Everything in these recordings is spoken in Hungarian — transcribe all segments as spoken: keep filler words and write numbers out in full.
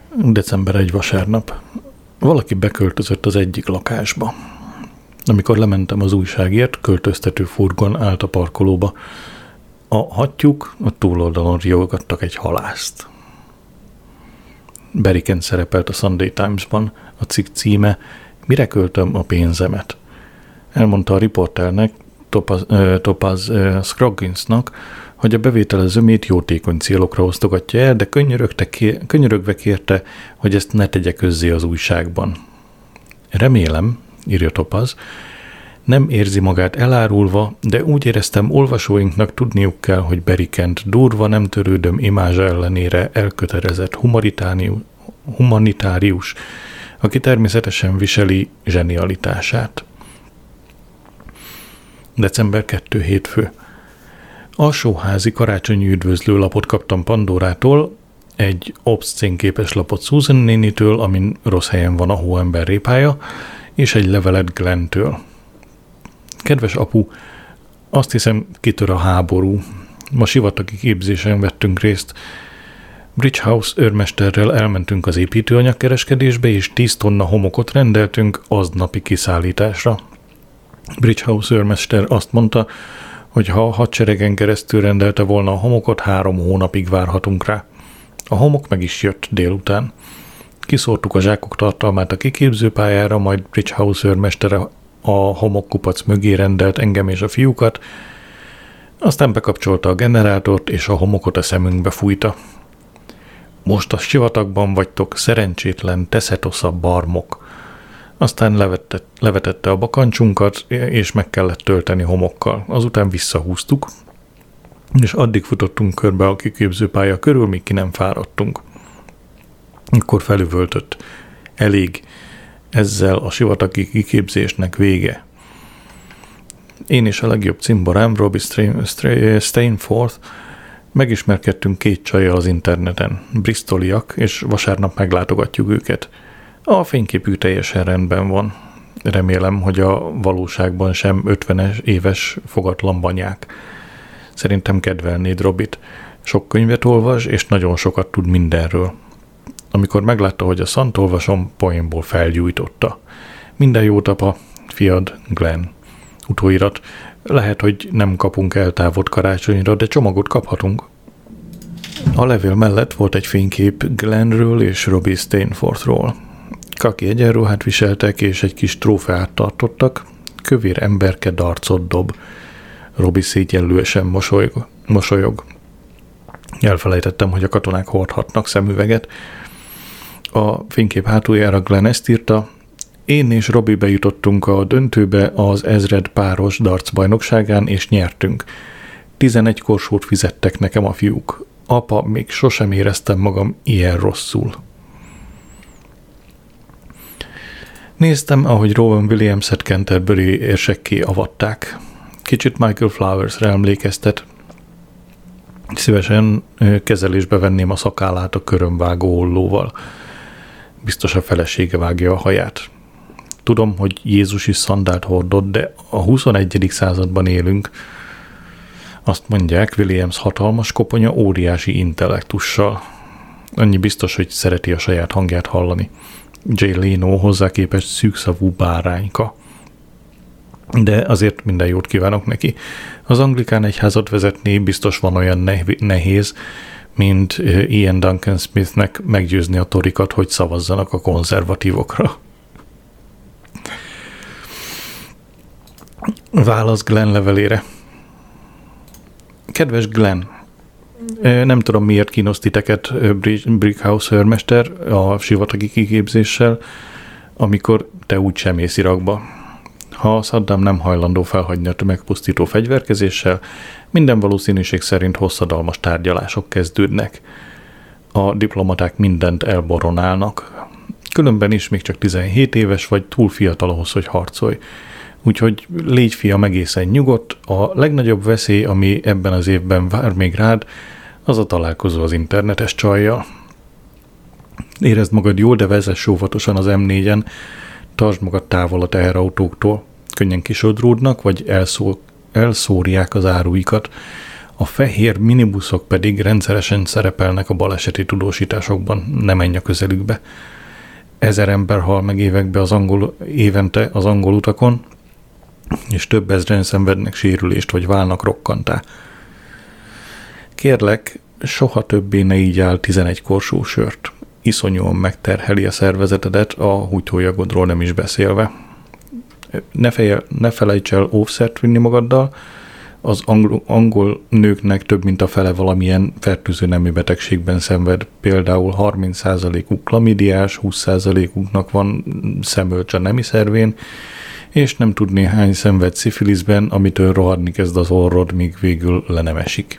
december egy vasárnap. Valaki beköltözött az egyik lakásba. Amikor lementem az újságért, költöztető furgon állt a parkolóba. A hattyúk a túloldalon riogattak egy halászt. Barry Kent szerepelt a Sunday Times-ban, a cikk címe Mire költöm a pénzemet? Elmondta a riporternek, Topaz, uh, Topaz uh, Scrogginsnak, hogy a bevétele zömét jótékony célokra osztogatja el, de könyörögve kérte, hogy ezt ne tegye közzé az újságban. Remélem, írja Topaz, nem érzi magát elárulva, de úgy éreztem, olvasóinknak tudniuk kell, hogy Barry Kent durva, nem törődöm imázsa ellenére elkötelezett humanitárius, aki természetesen viseli zsenialitását. december kettő hétfő. Alsóházi karácsonyi üdvözlőlapot kaptam Pandorától, egy obszcén képes lapot Susan nénitől, amin rossz helyen van a hóember répája, és egy levelet Glentől. Kedves apu, azt hiszem, kitör a háború. Ma sivatagi képzésen vettünk részt. Bridge House őrmesterrel elmentünk az építőanyagkereskedésbe, és tíz tonna homokot rendeltünk aznapi kiszállításra. Bridge House őrmester azt mondta, hogy ha a hadseregen keresztül rendelte volna a homokot, három hónapig várhatunk rá. A homok meg is jött délután. Kiszórtuk a zsákok tartalmát a kiképzőpályára, majd Bridge House őrmestere a homokkupac mögé rendelt engem és a fiúkat, aztán bekapcsolta a generátort, és a homokot a szemünkbe fújta. Most a sivatagban vagytok, szerencsétlen, teszetosza barmok. Aztán levetett, levetette a bakancsunkat, és meg kellett tölteni homokkal. Azután visszahúztuk, és addig futottunk körbe a kiképzőpálya körül, míg ki nem fáradtunk. Akkor felüvöltött. Elég. Ezzel a sivatagi kiképzésnek vége. Én és a legjobb cimborám, Robbie Stainforth, megismerkedtünk két csajjal az interneten, bristoliak, és vasárnap meglátogatjuk őket. A fényképük teljesen rendben van. Remélem, hogy a valóságban sem ötven éves fogatlan banyák. Szerintem kedvelnéd Robit. Sok könyvet olvas, és nagyon sokat tud mindenről. Amikor meglátta, hogy a szant olvasom, poénból felgyújtotta. Minden jót, apa, fiad, Glenn. Utóirat. Lehet, hogy nem kapunk el távot karácsonyra, de csomagot kaphatunk. A levél mellett volt egy fénykép Glennről és Robbie Stainforthról. Kaki egyenruhát viseltek, és egy kis trófeát tartottak. Kövér emberke darcot dob. Robbie szégyenlősen mosolyog. mosolyog. Elfelejtettem, hogy a katonák hordhatnak szemüveget. A fénykép hátuljára Glenn ezt írta: én és Robbie bejutottunk a döntőbe az ezred páros darts bajnokságán, és nyertünk. Tizenegy korsót fizettek nekem a fiúk. Apa, még sosem éreztem magam ilyen rosszul. Néztem, ahogy Rowan Williams-et Canterbury érsekké avatták. Kicsit Michael Flowersre emlékeztet. Szívesen kezelésbe venném a szakállát a körömvágó ollóval. Biztos a felesége vágja a haját. Tudom, hogy Jézus is szandált hordott, de a huszonegyedik században élünk. Azt mondják, Williams hatalmas koponya óriási intellektussal. Annyi biztos, hogy szereti a saját hangját hallani. Jay Leno hozzá képest szűkszavú bárányka. De azért minden jót kívánok neki. Az anglikán egyházat vezetni biztos van olyan nehéz, mint Ian Duncan Smithnek meggyőzni a torikat, hogy szavazzanak a konzervatívokra. Válasz Glenn levelére. Kedves Glenn, nem tudom, miért kínoszt titeket Brickhouse őrmester a sivatagi kiképzéssel, amikor te úgy sem mész Irakba. Ha Saddam nem hajlandó felhagyni a tömegpusztító fegyverkezéssel, minden valószínűség szerint hosszadalmas tárgyalások kezdődnek. A diplomaták mindent elboronálnak. Különben is még csak tizenhét éves vagy, túl fiatal ahhoz, hogy harcolj. Úgyhogy légy fiam egészen nyugodt, a legnagyobb veszély, ami ebben az évben vár még rád, az a találkozó az internetes csajjal. Érezd magad jól, de vezess óvatosan az em négyen, tartsd magad távol a teherautóktól, könnyen kisodródnak, vagy elszól, elszórják az áruikat. A fehér minibuszok pedig rendszeresen szerepelnek a baleseti tudósításokban, ne menj a közelükbe. Ezer ember hal meg évekbe az angol, évente az angol utakon, és több ezren szenvednek sérülést, vagy válnak rokkantá. Kérlek, soha többé ne így áll tizenegy korsó sört. Iszonyúan megterheli a szervezetedet, a húgyhólyagodról nem is beszélve. Ne, fejel, ne felejts el óvszert vinni magaddal, az angol, angol nőknek több mint a fele valamilyen fertőző nemi betegségben szenved, például harminc százalékuk klamidiás, húsz százalékuknak van szemölcs a nemi szervén, és nem tudni hány szenved szifiliszben, amitől rohadni kezd az orrod, míg végül le nem esik.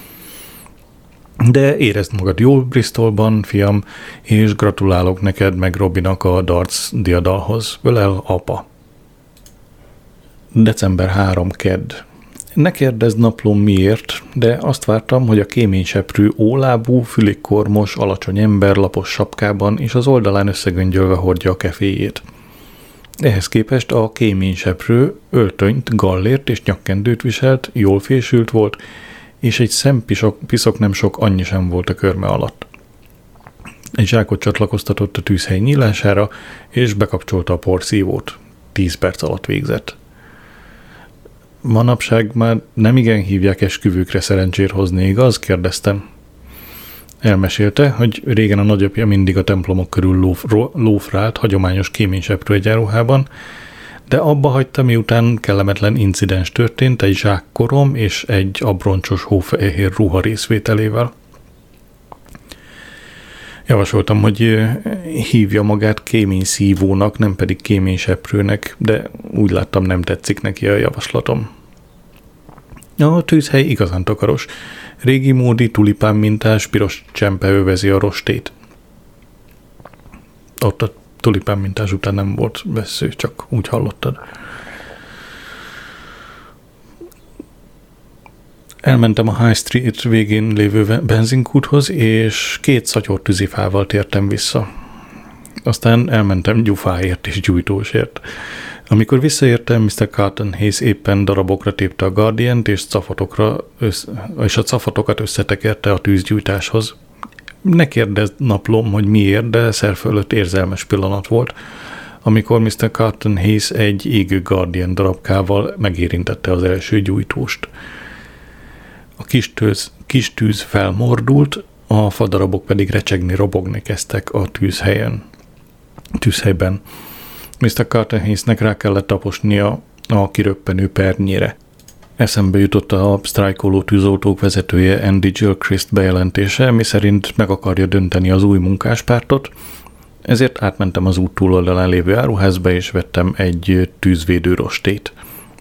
De érezd magad jól Bristolban, fiam, és gratulálok neked meg Robinak a darts diadalhoz. Ölel, apa. december harmadika kedd. Ne kérdezd naplom miért, de azt vártam, hogy a kéményseprő ólábú, füligkormos, alacsony ember lapos sapkában és az oldalán összegöngyölve hordja a keféjét. Ehhez képest a kéményseprő öltönyt, gallért és nyakkendőt viselt, jól fésült volt, és egy szempiszok nem sok annyi sem volt a körme alatt. Egy zsákot csatlakoztatott a tűzhely nyílására, és bekapcsolta a porszívót. Tíz perc alatt végzett. Manapság már nem igen hívják esküvőkre szerencsét hozni, igaz? Kérdeztem. Elmesélte, hogy régen a nagyapja mindig a templomok körül lóf, lófrált hagyományos kéményseprő egyenruhában, de abba hagyta, miután kellemetlen incidens történt egy zsákkorom és egy abroncsos hófehér ruha részvételével. Javasoltam, hogy hívja magát kéményszívónak, nem pedig kéményseprőnek, de úgy láttam, nem tetszik neki a javaslatom. A tűzhely igazán takaros. Régi módi, tulipán mintás, piros csempe övezi a rostét. Ott a tulipán mintás után nem volt vessző, csak úgy hallottad. Elmentem a High Street végén lévő benzinkúthoz, és két szatyor tűzifával tértem vissza. Aztán elmentem gyufáért és gyújtósért. Amikor visszaértem, miszter Carlton Hayes éppen darabokra tépte a Guardiant, és, össze, és a cafatokat összetekerte a tűzgyújtáshoz. Ne kérdezd naplom, hogy miért, de szer fölött érzelmes pillanat volt, amikor miszter Carlton Hayes egy égő Guardian darabkával megérintette az első gyújtóst. A kis tűz, kis tűz felmordult, a fadarabok pedig recsegni, robogni kezdtek a tűzhelyen. Tűzhelyben. miszter Carlton Hayesnek rá kellett taposnia a kiröppenő pernyére. Eszembe jutott a sztrájkoló tűzoltók vezetője Andy Gilchrist bejelentése, miszerint meg akarja dönteni az új munkáspártot, ezért átmentem az út túloldalán lévő áruházba, és vettem egy tűzvédő rostét.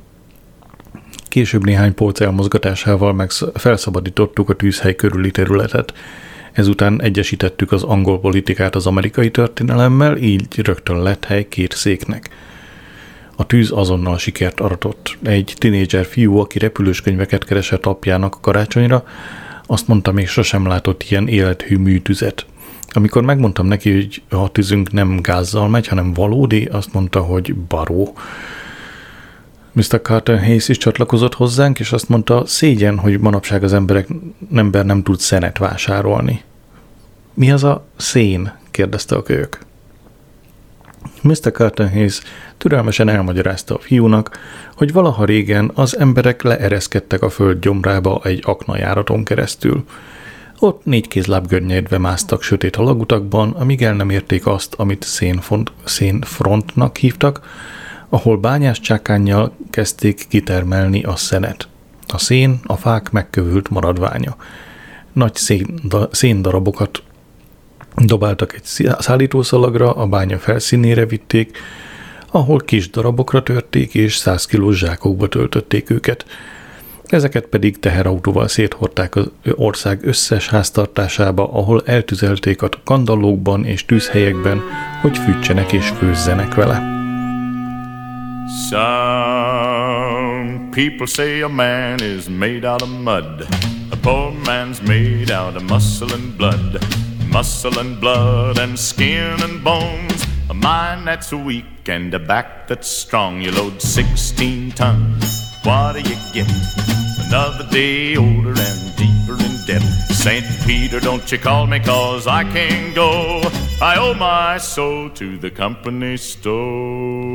Később néhány polc elmozgatásával meg felszabadítottuk a tűzhely körüli területet. Ezután egyesítettük az angol politikát az amerikai történelemmel, így rögtön lett hely két széknek. A tűz azonnal sikert aratott. Egy tinédzser fiú, aki repülős könyveket keresett apjának a karácsonyra, azt mondta, még sosem látott ilyen élethű műtüzet. Amikor megmondtam neki, hogy a tűzünk nem gázzal megy, hanem valódi, azt mondta, hogy baró. miszter Carlton Hayes is csatlakozott hozzánk, és azt mondta, szégyen, hogy manapság az emberek, ember nem tud szenet vásárolni. Mi az a szén? Kérdezte a kölyök. miszter Carlton Hayes türelmesen elmagyarázta a fiúnak, hogy valaha régen az emberek leereszkedtek a föld gyomrába egy aknajáraton keresztül. Ott négy kézláb görnyedve másztak sötét alagutakban, amíg el nem érték azt, amit szénfont, szénfrontnak hívtak, ahol bányás csákánnyal kezdték kitermelni a szenet. A szén a fák megkövült maradványa. Nagy széndarabokat dobáltak egy szállítószalagra, a bánya felszínére vitték, ahol kis darabokra törték és száz kilós zsákokba töltötték őket. Ezeket pedig teherautóval széthordták az ország összes háztartásába, ahol eltüzelték a kandallókban és tűzhelyekben, hogy fűtsenek és főzzenek vele. Some people say a man is made out of mud. A poor man's made out of muscle and blood. Muscle and blood and skin and bones. A mind that's weak and a back that's strong. You load sixteen tons. What do you get? another day older and deeper in debt. Saint Peter, don't you call me, cause I can't go. I owe my soul to the company store.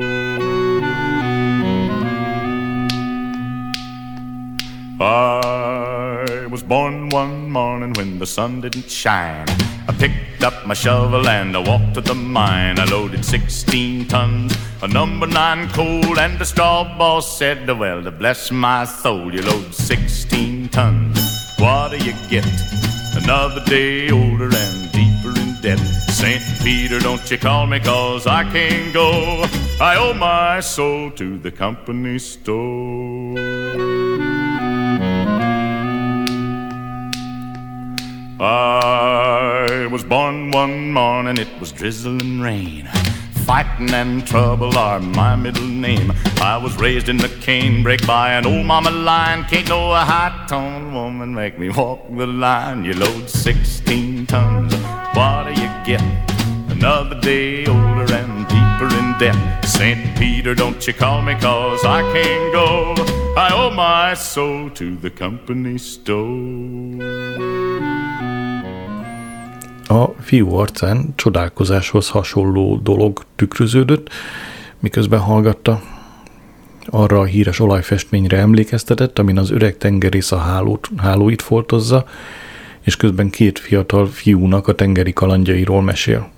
I was born one morning when the sun didn't shine. I picked up my shovel and I walked to the mine. I loaded sixteen tons of number nine coal, and the straw boss said, well, to bless my soul, you load sixteen tons. What do you get? Another day older and deeper in debt. Saint Peter, don't you call me, cause I can't go. I owe my soul to the company store. I was born one morning, it was drizzling rain. Fighting and trouble are my middle name. I was raised in the canebrake by an old mama lion. Can't no high-toned woman make me walk the line. You load sixteen tons, what do you get? Another day older and deeper in debt. Saint Peter, don't you call me, cause I can't go. I owe my soul to the company store. A fiú arcán csodálkozáshoz hasonló dolog tükröződött, miközben hallgatta. Arra a híres olajfestményre emlékeztetett, amin az öreg tengerész a hálót, hálóit foltozza, és közben két fiatal fiúnak a tengeri kalandjairól mesél.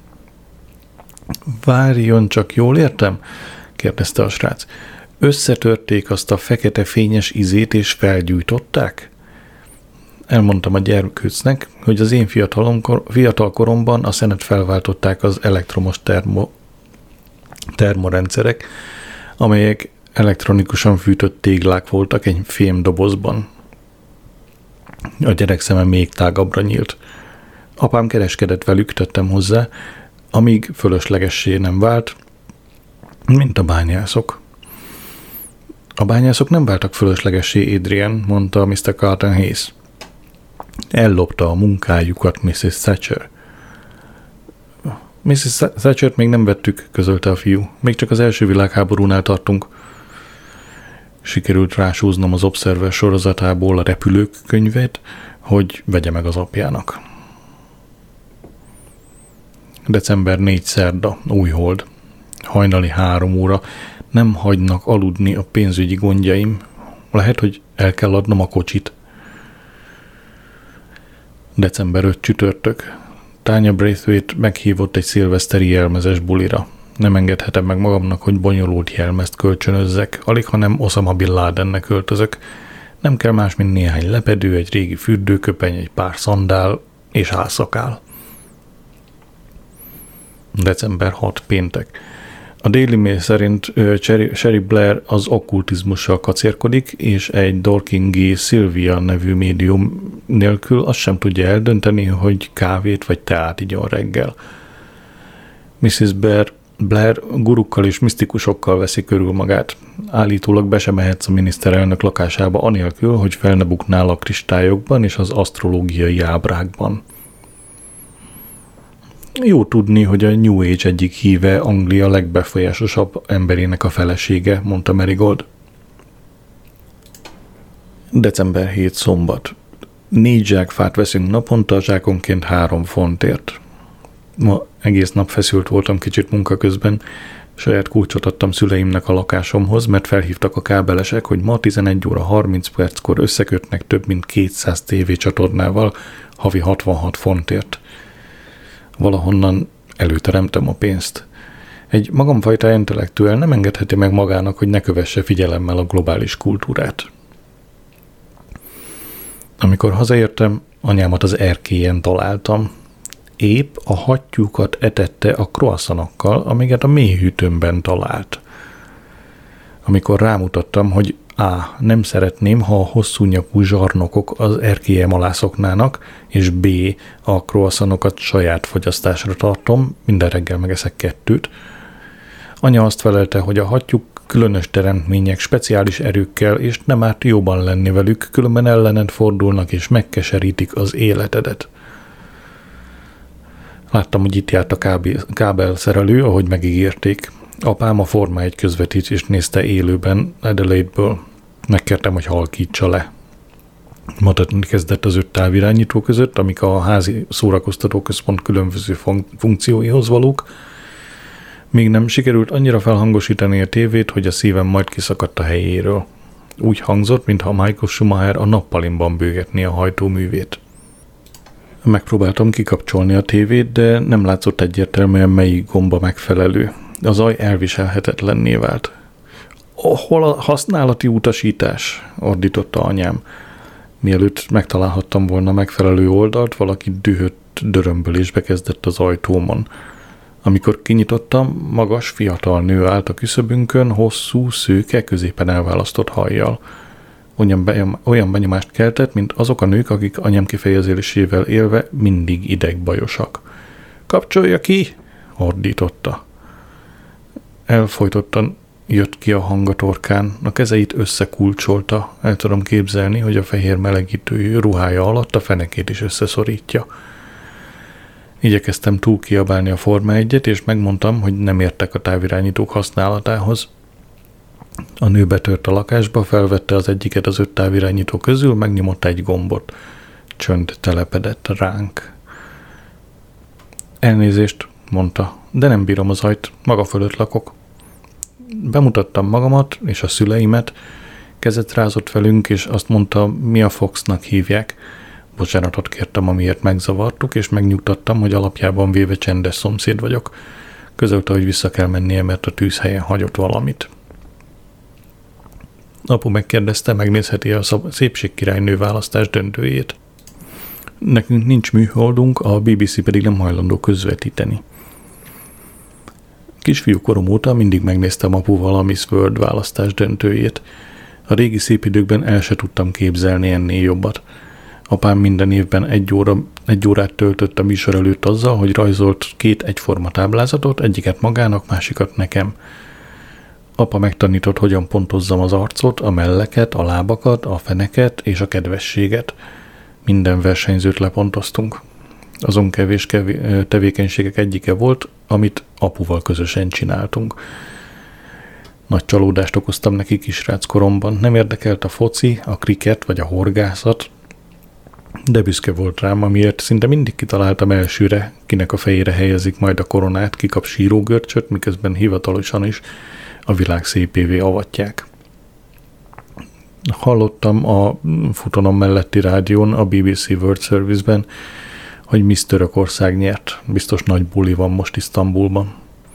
Várjon csak, jól értem? Kérdezte a srác. Összetörték azt a fekete fényes izét és felgyújtották? Elmondtam a gyerkőcnek, hogy az én fiatal koromban a szenet felváltották az elektromos termo, termorendszerek, amelyek elektronikusan fűtött téglák voltak egy fémdobozban. A gyerek szeme még tágabbra nyílt. Apám kereskedett velük, tettem hozzá, amíg fölöslegessé nem vált, mint a bányászok. A bányászok nem váltak fölöslegessé, Adrian, mondta miszter Carlton Hayes. Ellopta a munkájukat missziz Thatcher. missziz Thatchert még nem vettük, közölte a fiú. Még csak az első világháborúnál tartunk. Sikerült rásúznom az Observer sorozatából a repülők könyvét, hogy vegye meg az apjának. december negyedike szerda, újhold. Hajnali három óra. Nem hagynak aludni a pénzügyi gondjaim. Lehet, hogy el kell adnom a kocsit. december ötödike csütörtök. Tanya Braithwaite meghívott egy szilveszteri jelmezes bulira. Nem engedhetem meg magamnak, hogy bonyolult jelmezt kölcsönözzek, alig hanem Osama Bin Ladennek költözök. Nem kell más, mint néhány lepedő, egy régi fürdőköpeny, egy pár szandál és álszakál. december hatodika péntek. A Daily Mail szerint Cherie Blair az okkultizmussal kacérkodik, és egy Dorkingi Sylvia nevű médium nélkül azt sem tudja eldönteni, hogy kávét vagy teát igyon reggel. missziz Blair, Blair gurukkal és misztikusokkal veszi körül magát. Állítólag be sem mehetsz a miniszterelnök lakásába anélkül, hogy fel ne buknál a kristályokban és az asztrológiai ábrákban. Jó tudni, hogy a New Age egyik híve Anglia legbefolyásosabb emberének a felesége, mondta Marigold. december hetedike szombat. Négy zsákfát veszünk naponta, zsákonként három fontért. Ma egész nap feszült voltam kicsit munka közben. Saját kulcsot adtam szüleimnek a lakásomhoz, mert felhívtak a kábelesek, hogy ma tizenegy óra harminc perckor összekötnek több mint kétszáz tévécsatornával havi hatvanhat fontért. Valahonnan előteremtem a pénzt. Egy magamfajta intellektuál nem engedheti meg magának, hogy ne kövesse figyelemmel a globális kultúrát. Amikor hazaértem, anyámat az erkélyen találtam. Épp a hattyúkat etette a croissanokkal, amiket a mélyhűtőmben talált. Amikor rámutattam, hogy A. nem szeretném, ha a hosszú nyakú zsarnokok az erkélyem alá szoknának, és B. a croissanokat saját fogyasztásra tartom, minden reggel megeszek kettőt. Anya azt felelte, hogy a hattyúk különös teremtmények, speciális erőkkel, és nem árt jóban lenni velük, különben ellened fordulnak és megkeserítik az életedet. Láttam, hogy itt járt a kábel, kábelszerelő, ahogy megígérték. Apám a Forma egy közvetítést nézte élőben Adelaide-ből. Megkértem, hogy halkítsa le. matatni kezdett az öt távirányító között, amik a házi szórakoztatóközpont különböző fun- funkcióihoz valók. Még nem sikerült annyira felhangosítani a tévét, hogy a szívem majd kiszakadt a helyéről. Úgy hangzott, mintha Michael Schumacher a nappalimban bőgetné a hajtóművét. Megpróbáltam kikapcsolni a tévét, de nem látszott egyértelműen melyik gomba megfelelő. A zaj elviselhetetlenné vált. Hol a használati utasítás? Ordította anyám. Mielőtt megtalálhattam volna megfelelő oldalt, valaki dühött dörömbölésbe kezdett az ajtómon. Amikor kinyitottam, magas, fiatal nő állt a küszöbünkön, hosszú, szőke, középen elválasztott hajjal. Olyan, benyom, olyan benyomást keltett, mint azok a nők, akik anyám kifejezésével élve mindig idegbajosak. Kapcsolja ki! Ordította. Elfojtottan jött ki a hang a torkán, a kezeit összekulcsolta, el tudom képzelni, hogy a fehér melegítő ruhája alatt a fenekét is összeszorítja. Igyekeztem túl kiabálni a Forma egyet, és megmondtam, hogy nem értek a távirányítók használatához. A nő betört a lakásba, felvette az egyiket az öt távirányító közül, megnyomott egy gombot. Csönd telepedett ránk. Elnézést, mondta, de nem bírom az ajt, maga fölött lakok. Bemutattam magamat és a szüleimet, kezet rázott velünk, és azt mondta, mi a Foxnak hívják. Bocsánatot kértem, amiért megzavartuk, és megnyugtattam, hogy alapjában véve csendes szomszéd vagyok. Közölte, hogy vissza kell mennie, mert a tűzhelyen hagyott valamit. Apu megkérdezte, megnézheti a szépségkirálynő választás döntőjét. Nekünk nincs műholdunk, a bé bé cé pedig nem hajlandó közvetíteni. Kisfiú korom óta mindig megnéztem apuval a Miss World választás döntőjét. A régi szép időkben el se tudtam képzelni ennél jobbat. Apám minden évben egy, óra, egy órát töltött a műsor előtt azzal, hogy rajzolt két egyforma táblázatot, egyiket magának, másikat nekem. Apa megtanított, hogyan pontozzam az arcot, a melleket, a lábakat, a feneket és a kedvességet. Minden versenyzőt lepontoztunk. Azon kevés kevé, tevékenységek egyike volt, amit apuval közösen csináltunk. Nagy csalódást okoztam neki kisrác koromban. Nem érdekelt a foci, a kriket vagy a horgászat, de büszke volt rám, amiért szinte mindig kitaláltam elsőre, kinek a fejére helyezik majd a koronát, kikap sírógörcsöt, miközben hivatalosan is a világ szépévé avatják. Hallottam a futonom melletti rádión, a bé bé cé World Service-ben, hogy Miss Törökország nyert. Biztos nagy buli van most Isztambulban.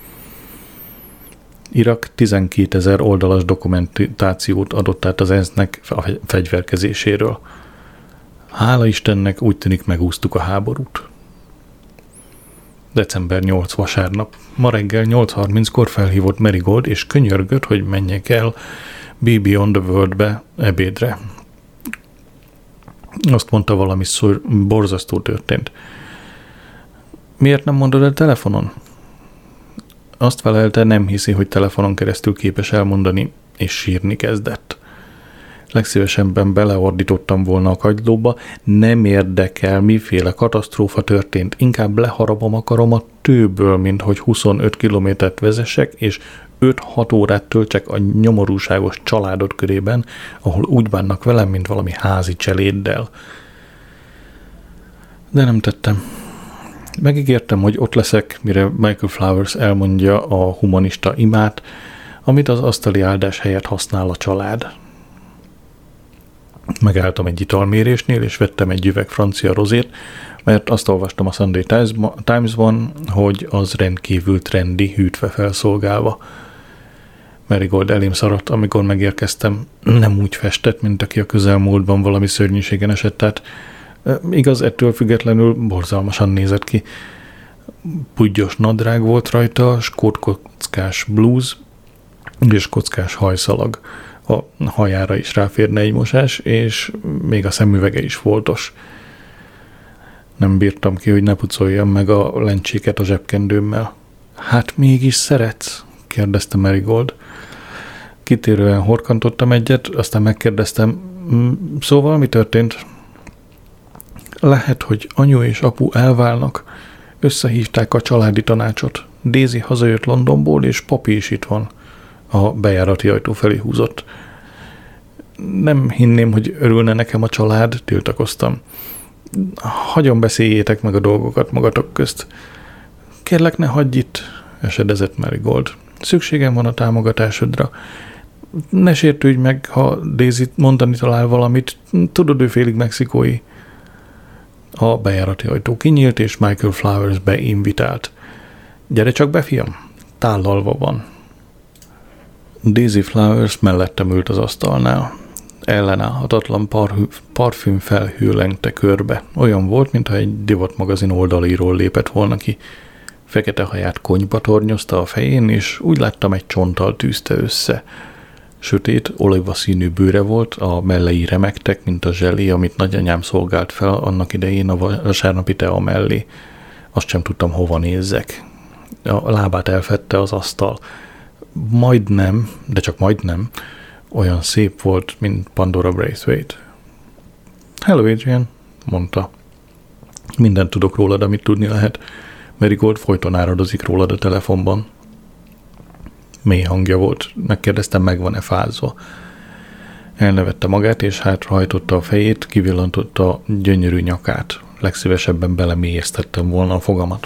Irak tizenkétezer oldalas dokumentációt adott át az é en es-nek a fegyverkezéséről. Hála Istennek, úgy tűnik, megúsztuk a háborút. december nyolcadika vasárnap. Ma reggel nyolc harminckor felhívott Marigold, és könyörgött, hogy menjek el Be Beyond the World-be ebédre. Azt mondta, valami szor, borzasztó történt. Miért nem mondod el telefonon? Azt felelte, nem hiszi, hogy telefonon keresztül képes elmondani, és sírni kezdett. Legszívesebben beleordítottam volna a kagylóba, nem érdekel, miféle katasztrófa történt, inkább leharabom akarom a tőből, mint hogy huszonöt kilométert vezessek, és öt-hat órát töltsek a nyomorúságos családod körében, ahol úgy bánnak velem, mint valami házi cseléddel. De nem tettem. Megígértem, hogy ott leszek, mire Michael Flowers elmondja a humanista imát, amit az asztali áldás helyett használ a család. Megálltam egy italmérésnél, és vettem egy üveg francia rozét, mert azt olvastam a Sunday Times-ban, hogy az rendkívül trendi, hűtve felszolgálva. Marigold elém szaradt, amikor megérkeztem. Nem úgy festett, mint aki a közelmúltban valami szörnyűségen esett át. Igaz, ettől függetlenül borzalmasan nézett ki. Pudgyos nadrág volt rajta, skótkockás blúz és kockás hajszalag. A hajára is ráférne egy mosás, és még a szemüvege is foltos. Nem bírtam ki, hogy ne pucoljam meg a lencséket a zsebkendőmmel. Hát mégis szeretsz? Kérdezte Marigold. Kitérően horkantottam egyet, aztán megkérdeztem, szóval mi történt? Lehet, hogy anyu és apu elválnak. Összehívták a családi tanácsot. Daisy hazajött Londonból, és papi is itt van. A bejárati ajtó felé húzott. Nem hinném, hogy örülne nekem a család, tiltakoztam. Hagyjon beszéljétek meg a dolgokat magatok közt. Kérlek, ne hagyj itt, esedezett Marigold. Szükségem van a támogatásodra. Ne sértődj meg, ha Daisy mondani talál valamit. Tudod, ő félig mexikói. A bejárati ajtó kinyílt, és Michael Flowers beinvitált. Gyere csak be, fiam, tállalva van. Daisy Flowers mellettem ült az asztalnál. Ellenállhatatlan parfüm, parfüm felhő lengte körbe. Olyan volt, mintha egy divatmagazin oldalíról lépett volna ki. Fekete haját konyba tornyozta a fején, és úgy láttam, egy csonttal tűzte össze. Sötét, olivaszínű bőre volt, a mellei remegtek, mint a zselé, amit nagyanyám szolgált fel annak idején a vasárnapi tea mellé. Azt sem tudtam, hova nézzek. A lábát elfedte az asztal. Majdnem, de csak majdnem, olyan szép volt, mint Pandora Braithwaite. Hello, Adrian, mondta. Mindent tudok rólad, amit tudni lehet. Marigold folyton áradozik rólad a telefonban. Mély hangja volt. Megkérdeztem, meg van-e fázva. Elnevette magát, és hátrahajtotta a fejét, kivillantotta a gyönyörű nyakát. Legszívesebben belemélyeztettem volna a fogamat.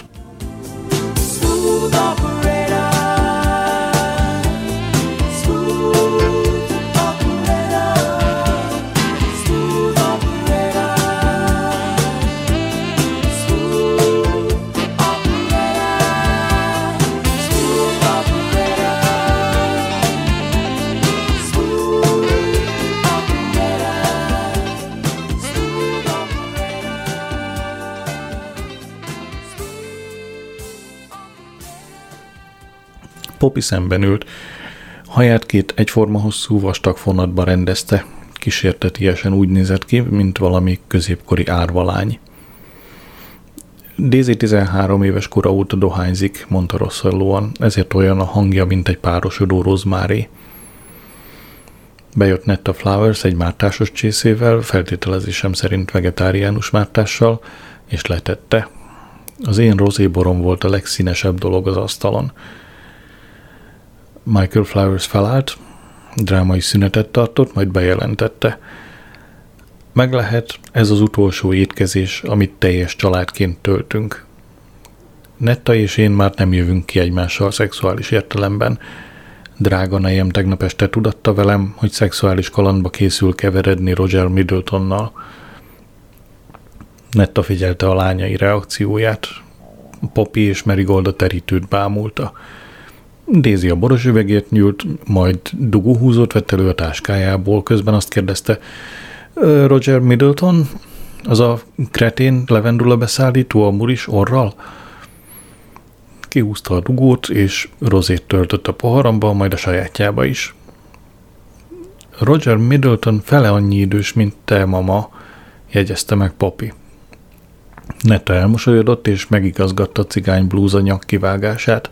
Poppy szemben ült. Haját két egyforma hosszú vastag fonatba rendezte. Kísértetiesen úgy nézett ki, mint valami középkori árvalány. Daisy tizenhárom éves kora óta dohányzik, mondta rosszallóan, ezért olyan a hangja, mint egy párosodó rozmáré. Bejött Netta Flowers egy mártásos csészével, feltételezésem szerint vegetáriánus mártással, és letette. Az én rozéborom volt a legszínesebb dolog az asztalon. Michael Flowers felállt, drámai szünetet tartott, majd bejelentette. Meg lehet, ez az utolsó étkezés, amit teljes családként töltünk. Netta és én már nem jövünk ki egymással szexuális értelemben. Drága nejem tegnap este tudatta velem, hogy szexuális kalandba készül keveredni Roger Middletonnal. Netta figyelte a lányai reakcióját. Poppy és Marigold a terítőt bámulta. Daisy a boros üvegért nyúlt, majd dugóhúzót vett elő a táskájából, közben azt kérdezte, Roger Middleton, az a kretén levendula beszállító a muris orral? Kihúzta a dugót, és rozét töltött a poharamba, majd a sajátjába is. Roger Middleton fele annyi idős, mint te, mama, jegyezte meg Poppy. Netta elmosolyodott, és megigazgatta cigány blúza nyakkivágását.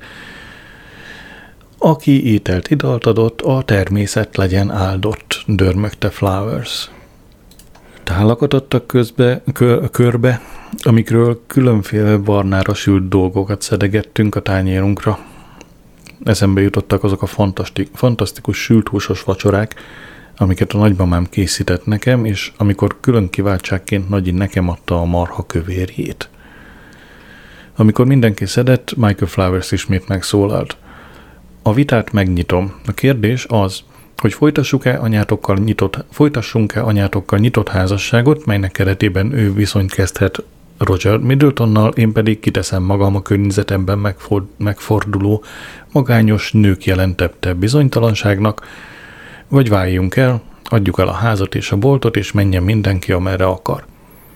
Aki ételt idalt adott, a természet legyen áldott, dörmögte Flowers. Tálakat adtak közbe, kö, körbe, amikről különféle barnára sült dolgokat szedegettünk a tányérunkra. Eszembe jutottak azok a fantasztik, fantasztikus sülthúsos vacsorák, amiket a nagymamám készített nekem, és amikor külön kiváltságként Nagyi nekem adta a marha kövérjét. Amikor mindenki szedett, Michael Flowers ismét megszólalt. A vitát megnyitom. A kérdés az, hogy folytassuk-e anyátokkal nyitott, folytassunk-e anyátokkal nyitott házasságot, melynek keretében ő viszonyt kezdhet Roger Middletonnal, én pedig kiteszem magam a környezetemben megford, megforduló, magányos nők jelentette bizonytalanságnak, vagy váljunk el, adjuk el a házat és a boltot, és menjen mindenki, amerre akar.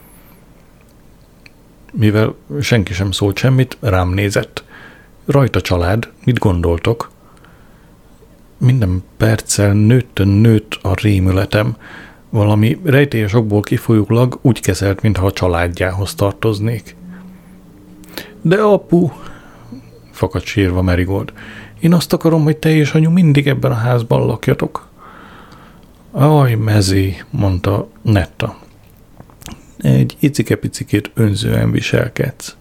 Mivel senki sem szólt semmit, rám nézett. Rajta család, mit gondoltok? Minden perccel nőttön nőtt a rémületem. Valami rejtélyes okból kifolyólag úgy kezelt, mintha a családjához tartoznék. De apu, fakadt sírva Marigold, én azt akarom, hogy te és anyu mindig ebben a házban lakjatok. Aj, mezi, mondta Netta. Egy icike-picikét önzően viselkedsz.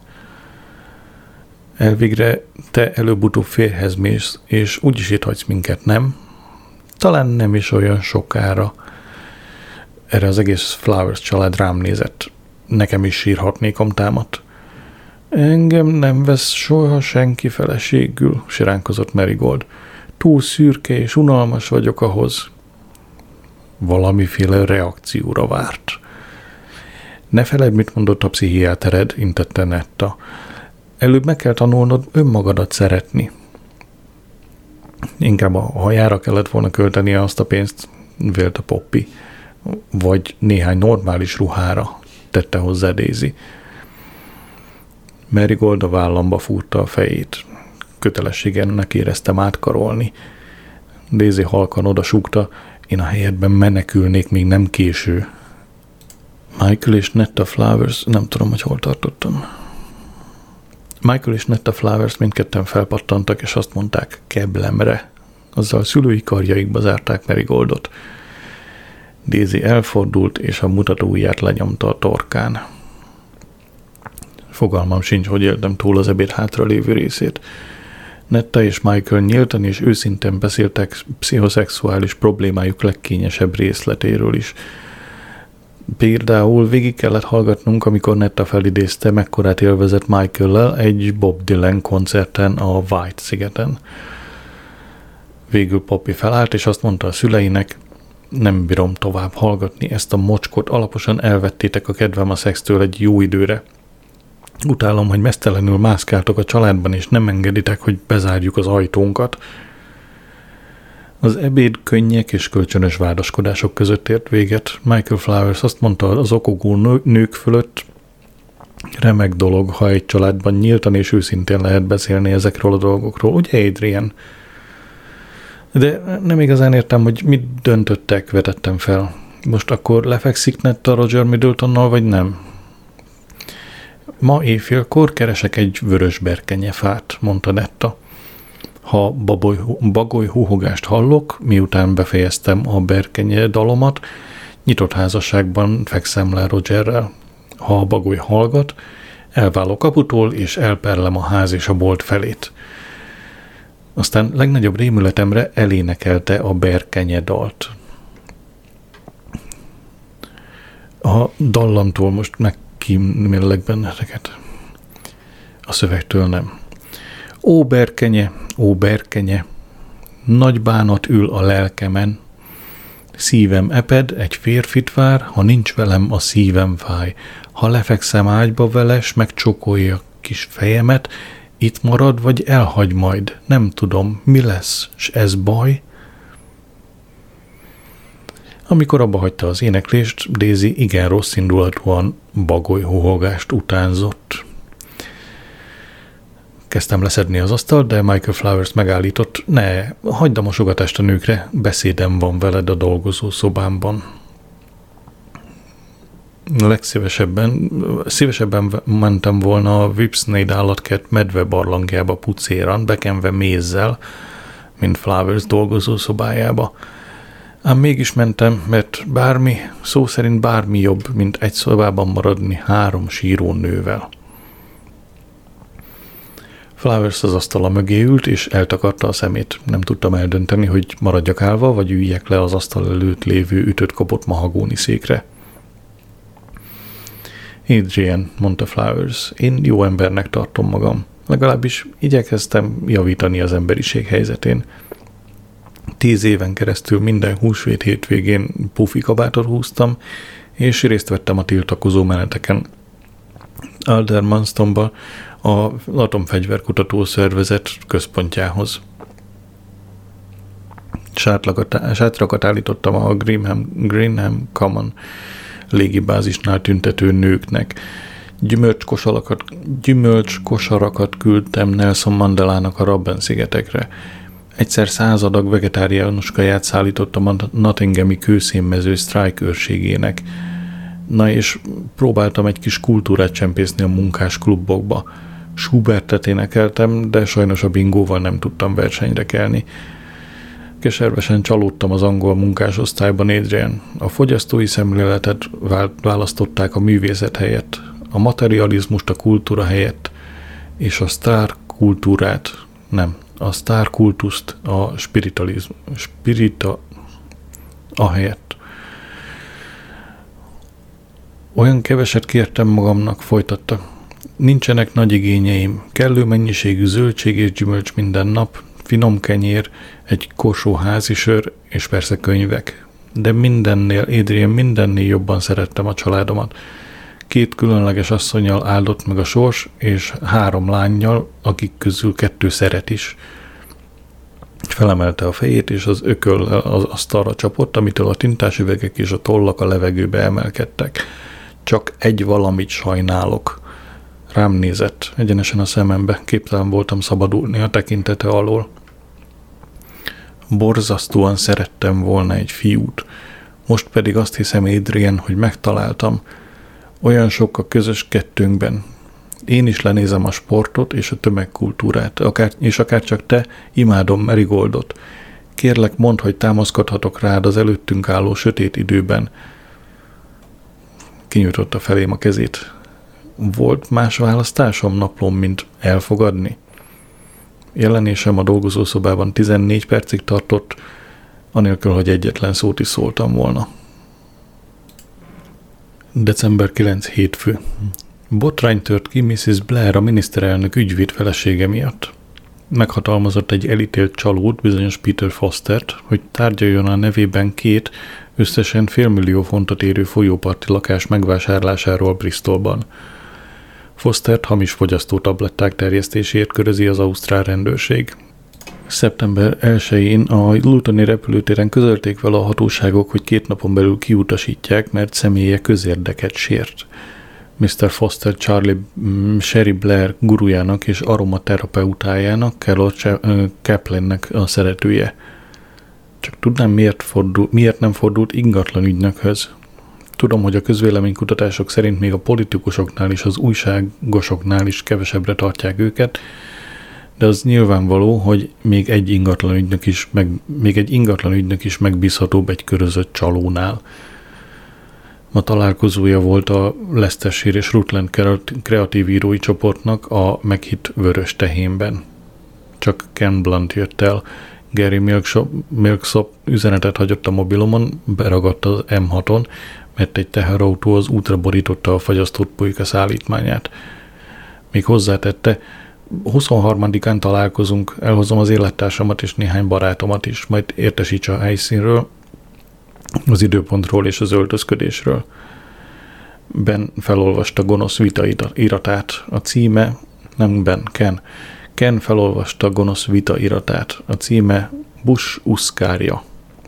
Elvégre te előbb-utóbb férjhez mész, és úgyis itt hagysz minket, nem? Talán nem is olyan sokára. Erre az egész Flowers család rám nézett. Nekem is sírhatnékom támadt. Engem nem vesz soha senki feleségül, siránkozott Marigold. Túl szürke és unalmas vagyok ahhoz. Valamiféle reakcióra várt. Ne feledd, mit mondott a pszichiátered, intette Netta. Előbb meg kell tanulnod önmagadat szeretni. Inkább a hajára kellett volna költeni azt a pénzt, vélt a Poppy. Vagy néhány normális ruhára, tette hozzá Daisy. Marigold a vállamba fúrta a fejét. Kötelességemnek éreztem átkarolni. Daisy halkan odasúgta, én a helyedben menekülnék, még nem késő. Michael és Netta Flowers, nem tudom, hogy hol tartottam. Michael és Netta Flowers mindketten felpattantak, és azt mondták, keblemre. Azzal szülői karjaikba zárták Marigoldot. Daisy elfordult, és a mutatóujját lenyomta a torkán. Fogalmam sincs, hogy éltem túl az ebéd hátra lévő részét. Netta és Michael nyíltan és őszintén beszéltek pszichoszexuális problémájuk legkényesebb részletéről is. Például végig kellett hallgatnunk, amikor Netta felidézte, mekkorát élvezett Michael-lel egy Bob Dylan koncerten a White szigeten. Végül Poppy felállt, és azt mondta a szüleinek, nem bírom tovább hallgatni ezt a mocskot, alaposan elvettétek a kedvem a szextől egy jó időre. Utálom, hogy mesztelenül mászkáltok a családban, és nem engeditek, hogy bezárjuk az ajtónkat. Az ebéd könnyek és kölcsönös vádaskodások között ért véget. Michael Flowers azt mondta az okogó nők fölött, remek dolog, ha egy családban nyíltan és őszintén lehet beszélni ezekről a dolgokról. Ugye, Adrian? De nem igazán értem, hogy mit döntöttek, vetettem fel. Most akkor lefekszik Netta Roger Middletonnal, vagy nem? Ma éjfélkor keresek egy vörös berkenyefát, mondta Netta. Ha baboly, bagoly húhogást hallok, miután befejeztem a berkenye dalomat, nyitott házasságban fekszem le Rogerrel. Ha a bagoly hallgat, elválok kaputól, és elperlem a ház és a bolt felét. Aztán legnagyobb rémületemre elénekelte a berkenye dalt. A dallamtól most megkímélek benneteket. A szövegtől nem. Ó berkenye, ó berkenye, nagy bánat ül a lelkemen, szívem eped, egy férfit vár, ha nincs velem, a szívem fáj. Ha lefekszem ágyba vele, s megcsókolja kis fejemet, itt marad, vagy elhagy majd, nem tudom, mi lesz, s ez baj? Amikor abba hagyta az éneklést, Daisy igen rossz indulatúan bagoly huhogást utánzott. Kezdtem leszedni az asztalt, de Michael Flowers megállított, ne, hagyd a mosogatást a nőkre, beszédem van veled a dolgozó szobámban. Legszívesebben, szívesebben mentem volna a Whipsnade állatkert medve barlangjába pucéran, bekenve mézzel, mint Flowers dolgozó szobájába. Ám mégis mentem, mert bármi, szó szerint bármi jobb, mint egy szobában maradni három síró nővel. Flowers az asztala mögé ült, és eltakarta a szemét. Nem tudtam eldönteni, hogy maradjak állva, vagy üljek le az asztal előtt lévő ütött-kopott mahagóni székre. Adrian, mondta Flowers, én jó embernek tartom magam. Legalábbis igyekeztem javítani az emberiség helyzetén. Tíz éven keresztül minden húsvét hétvégén pufi kabátot húztam, és részt vettem a tiltakozó meneteken. Aldermanstonba a atomfegyverkutató szervezet központjához. Sátrakat állítottam a Greenham, Greenham Common légibázisnál tüntető nőknek. Gyümölcskosarakat, gyümölcskosarakat küldtem Nelson Mandelának a Rabben-szigetekre. Egyszer száz adag vegetáriánus kaját szállítottam a Nottinghami kőszénmező sztrájk őrségének. Na és próbáltam egy kis kultúrát csempészni a munkásklubokba. Schubertet énekeltem, de sajnos a bingóval nem tudtam versenyre kelni. Keservesen csalódtam az angol munkásosztályban, Adrian. A fogyasztói szemléletet választották a művészet helyett, a materializmust a kultúra helyett, és a sztár kultúrát, nem, a sztár kultuszt a spiritalizmus, spirita a helyett. Olyan keveset kértem magamnak, folytatta. Nincsenek nagy igényeim, kellő mennyiségű zöldség és gyümölcs minden nap, finom kenyér, egy korsó házisör és persze könyvek. De mindennél, Adrian, mindennél jobban szerettem a családomat. Két különleges asszonnyal áldott meg a sors, és három lánnyal, akik közül kettő szeret is. Felemelte a fejét, és az ököl az asztalra csapott, amitől a tintásüvegek és a tollak a levegőbe emelkedtek. Csak egy valamit sajnálok. Rám nézett, egyenesen a szemembe, képtelen voltam szabadulni a tekintete alól. Borzasztóan szerettem volna egy fiút, most pedig azt hiszem, Adrian, hogy megtaláltam. Olyan sok a közös kettőnkben. Én is lenézem a sportot és a tömegkultúrát, akár, és akár csak te, imádom Marigoldot. Kérlek, mondd, hogy támaszkodhatok rád az előttünk álló sötét időben. Kinyújtotta felém a kezét. Volt más választásom naplom, mint elfogadni? Jelenésem a dolgozószobában tizennégy percig tartott, anélkül, hogy egyetlen szót is szóltam volna. december kilencedike hétfő. Botrány tört ki missziz Blair, a miniszterelnök ügyvéd felesége miatt. Meghatalmazott egy elítélt csalót, bizonyos Peter Fostert, hogy tárgyaljon a nevében két, összesen félmillió fontot érő folyóparti lakás megvásárlásáról Bristolban. Fostert hamis fogyasztótabletták terjesztéséért körözi az ausztrál rendőrség. Szeptember elsején a Lutoni repülőtéren közölték vele a hatóságok, hogy két napon belül kiutasítják, mert személye közérdeket sért. miszter Foster Charlie Sherry Blair gurujának és aromaterapeutájának, Carol Kaplannek a szeretője. Csak tudnám, miért, fordul, miért nem fordult ingatlan ügynökhöz. Tudom, hogy a közvéleménykutatások szerint még a politikusoknál és az újságosoknál is kevesebbre tartják őket, de az nyilvánvaló, hogy még egy ingatlan ügynök is, meg, még egy ingatlan ügynök is megbízhatóbb egy körözött csalónál. Ma találkozója volt a Leicestershire és Rutland kreatív írói csoportnak a meghitt Vörös tehénben. Csak Ken Blunt jött el. Gary Milksop, Milksop üzenetet hagyott a mobilomon, beragadt az em haton, mert egy teherautó az útra borította a fagyasztott pulyka szállítmányát. Még hozzátette, huszonharmadikán találkozunk, elhozom az élettársamat és néhány barátomat is, majd értesíts a helyszínről, az időpontról és az öltözködésről. Ben felolvasta gonosz vita iratát. A címe, nem Ben, Ken. Ken felolvasta gonosz vita iratát. A címe Bush uszkárja.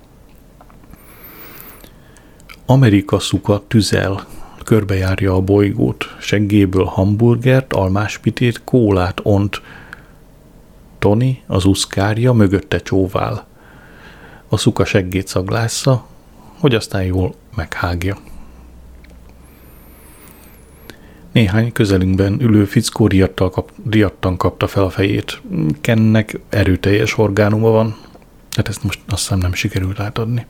Amerika szuka tüzel, körbejárja a bolygót, seggéből hamburgert, almáspitét, kólát ont. Tony, az uszkárja, mögötte csóvál. A szuka seggét szaglásza, hogy aztán jól meghágja. Néhány közelünkben ülő fickó kap, riadtan kapta fel a fejét. Kennek erőteljes orgánuma van, hát ezt most azt hiszem nem sikerült átadni.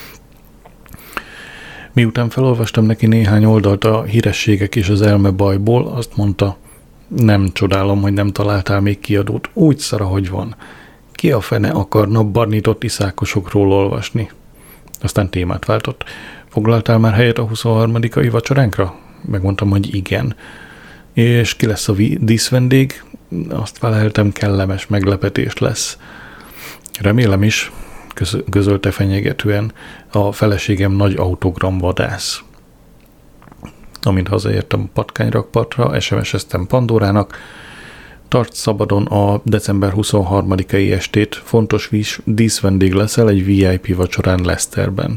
Miután felolvastam neki néhány oldalt a hírességek és az elmebajból, azt mondta, nem csodálom, hogy nem találtál még kiadót, úgy szar, ahogy van. Ki a fene akarna barnított iszákosokról olvasni? Aztán témát váltott. Foglaltál már helyet a huszonharmadikai vacsoránkra? Megmondtam, hogy igen. És ki lesz a díszvendég? Azt feleltem, kellemes meglepetés lesz. Remélem is, közölte fenyegetően, a feleségem nagy autogram vadász. Amint hazaértem a patkányrakpartra, es em es-eztem Pandorának, tarts szabadon a december huszonharmadikai estét, fontos díszvendég leszel egy vé i pé vacsorán Leicesterben.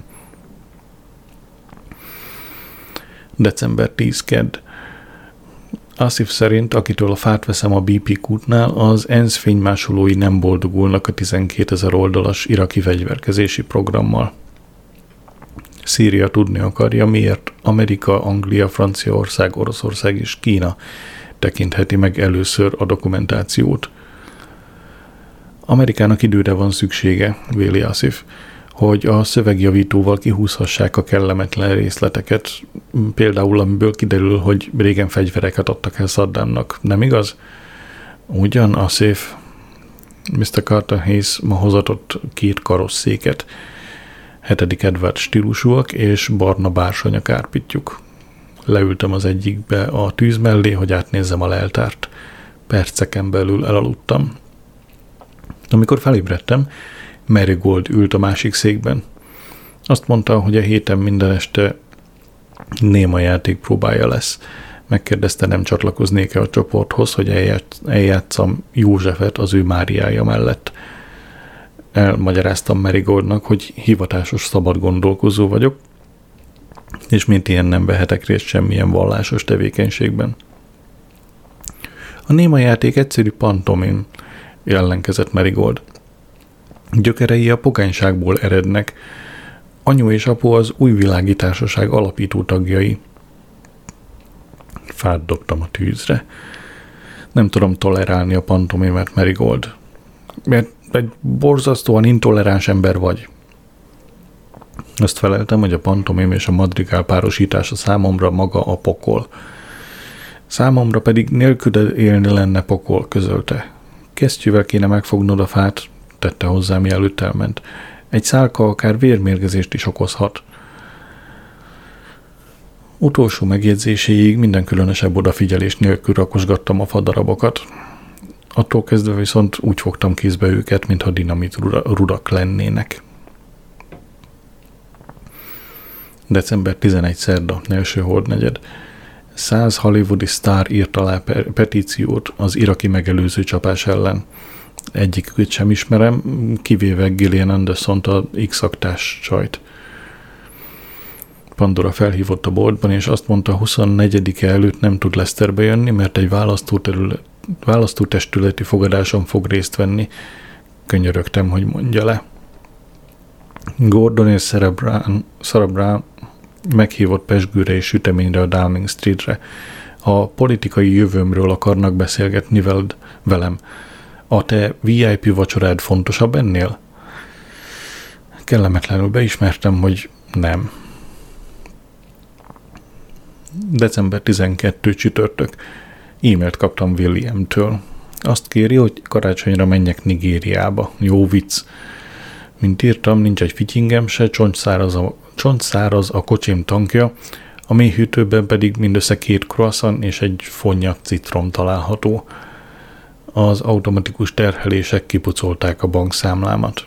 december tízedike kedd. Asif szerint, akitől a fát veszem a bé pé kútnál, az ENSZ fénymásolói nem boldogulnak a tizenkétezer oldalas iraki fegyverkezési programmal. Szíria tudni akarja, miért Amerika, Anglia, Franciaország, Oroszország és Kína tekintheti meg először a dokumentációt. Amerikának időre van szüksége, véli Asif, hogy a szövegjavítóval kihúzhassák a kellemetlen részleteket, például amiből kiderül, hogy régen fegyvereket adtak el Saddamnak. Nem igaz? Ugyan, Asif. miszter Carter Hayes ma hozatott két karosszéket, hetedik Edward stílusúak és barna bársony a kárpitjuk. Leültem az egyikbe a tűz mellé, hogy átnézzem a leltárt. Perceken belül elaludtam. Amikor felébredtem, Marigold ült a másik székben. Azt mondta, hogy a héten minden este néma játék próbája lesz. Megkérdezte, nem csatlakoznék-e a csoporthoz, hogy eljátsz, eljátszam Józsefet az ő Máriája mellett. Elmagyaráztam Marigoldnak, hogy hivatásos szabad gondolkozó vagyok, és mint ilyen nem vehetek részt semmilyen vallásos tevékenységben. A néma játék egyszerű pantomim, ellenkezett Marigold. Gyökerei a pogányságból erednek. Anyu és apu az Újvilági Társaság alapító tagjai. Fát dobtam a tűzre. Nem tudom tolerálni a pantomimet, Marigold. Mert egy borzasztóan intoleráns ember vagy. Azt feleltem, hogy a pantomim és a madrigál párosítása számomra maga a pokol. Számomra pedig nélküle élni lenne pokol, közölte. Kesztyűvel kéne megfognod a fát, tette hozzám, mielőtt elment. Egy szálka akár vérmérgezést is okozhat. Utolsó megjegyzéséig minden különösebb odafigyelés nélkül rakosgattam a fadarabokat. Attól kezdve viszont úgy fogtam kézbe őket, mintha dinamit rudak lennének. december tizenegy szerda, első holdnegyed. Száz hollywoodi sztár írt alá petíciót az iraki megelőző csapás ellen. Egyiküket sem ismerem, kivéve Gillian Andersont, a X-aktás csajt. Pandora felhívott a boltban, és azt mondta, huszonnegyedike előtt nem tud Leicesterbe jönni, mert egy választóterület, választótestületi fogadáson fog részt venni. Könyörögtem, hogy mondja le. Gordon és Sarah Brown, Sarah Brown meghívott pezsgőre és süteményre a Downing Streetre. A politikai jövőmről akarnak beszélgetni veled, velem. A te vé i pé vacsorád fontosabb ennél? Kellemetlenül beismertem, hogy nem. december tizenkettő csütörtök. E-mailt kaptam Williamtől. Azt kéri, hogy karácsonyra menjek Nigériába. Jó vicc. Mint írtam, nincs egy fityingem se, csontszáraz a, csontszáraz a kocsim tankja, a mélyhűtőben pedig mindössze két croissant és egy fonnyak citrom található. Az automatikus terhelések kipucolták a bankszámlámat.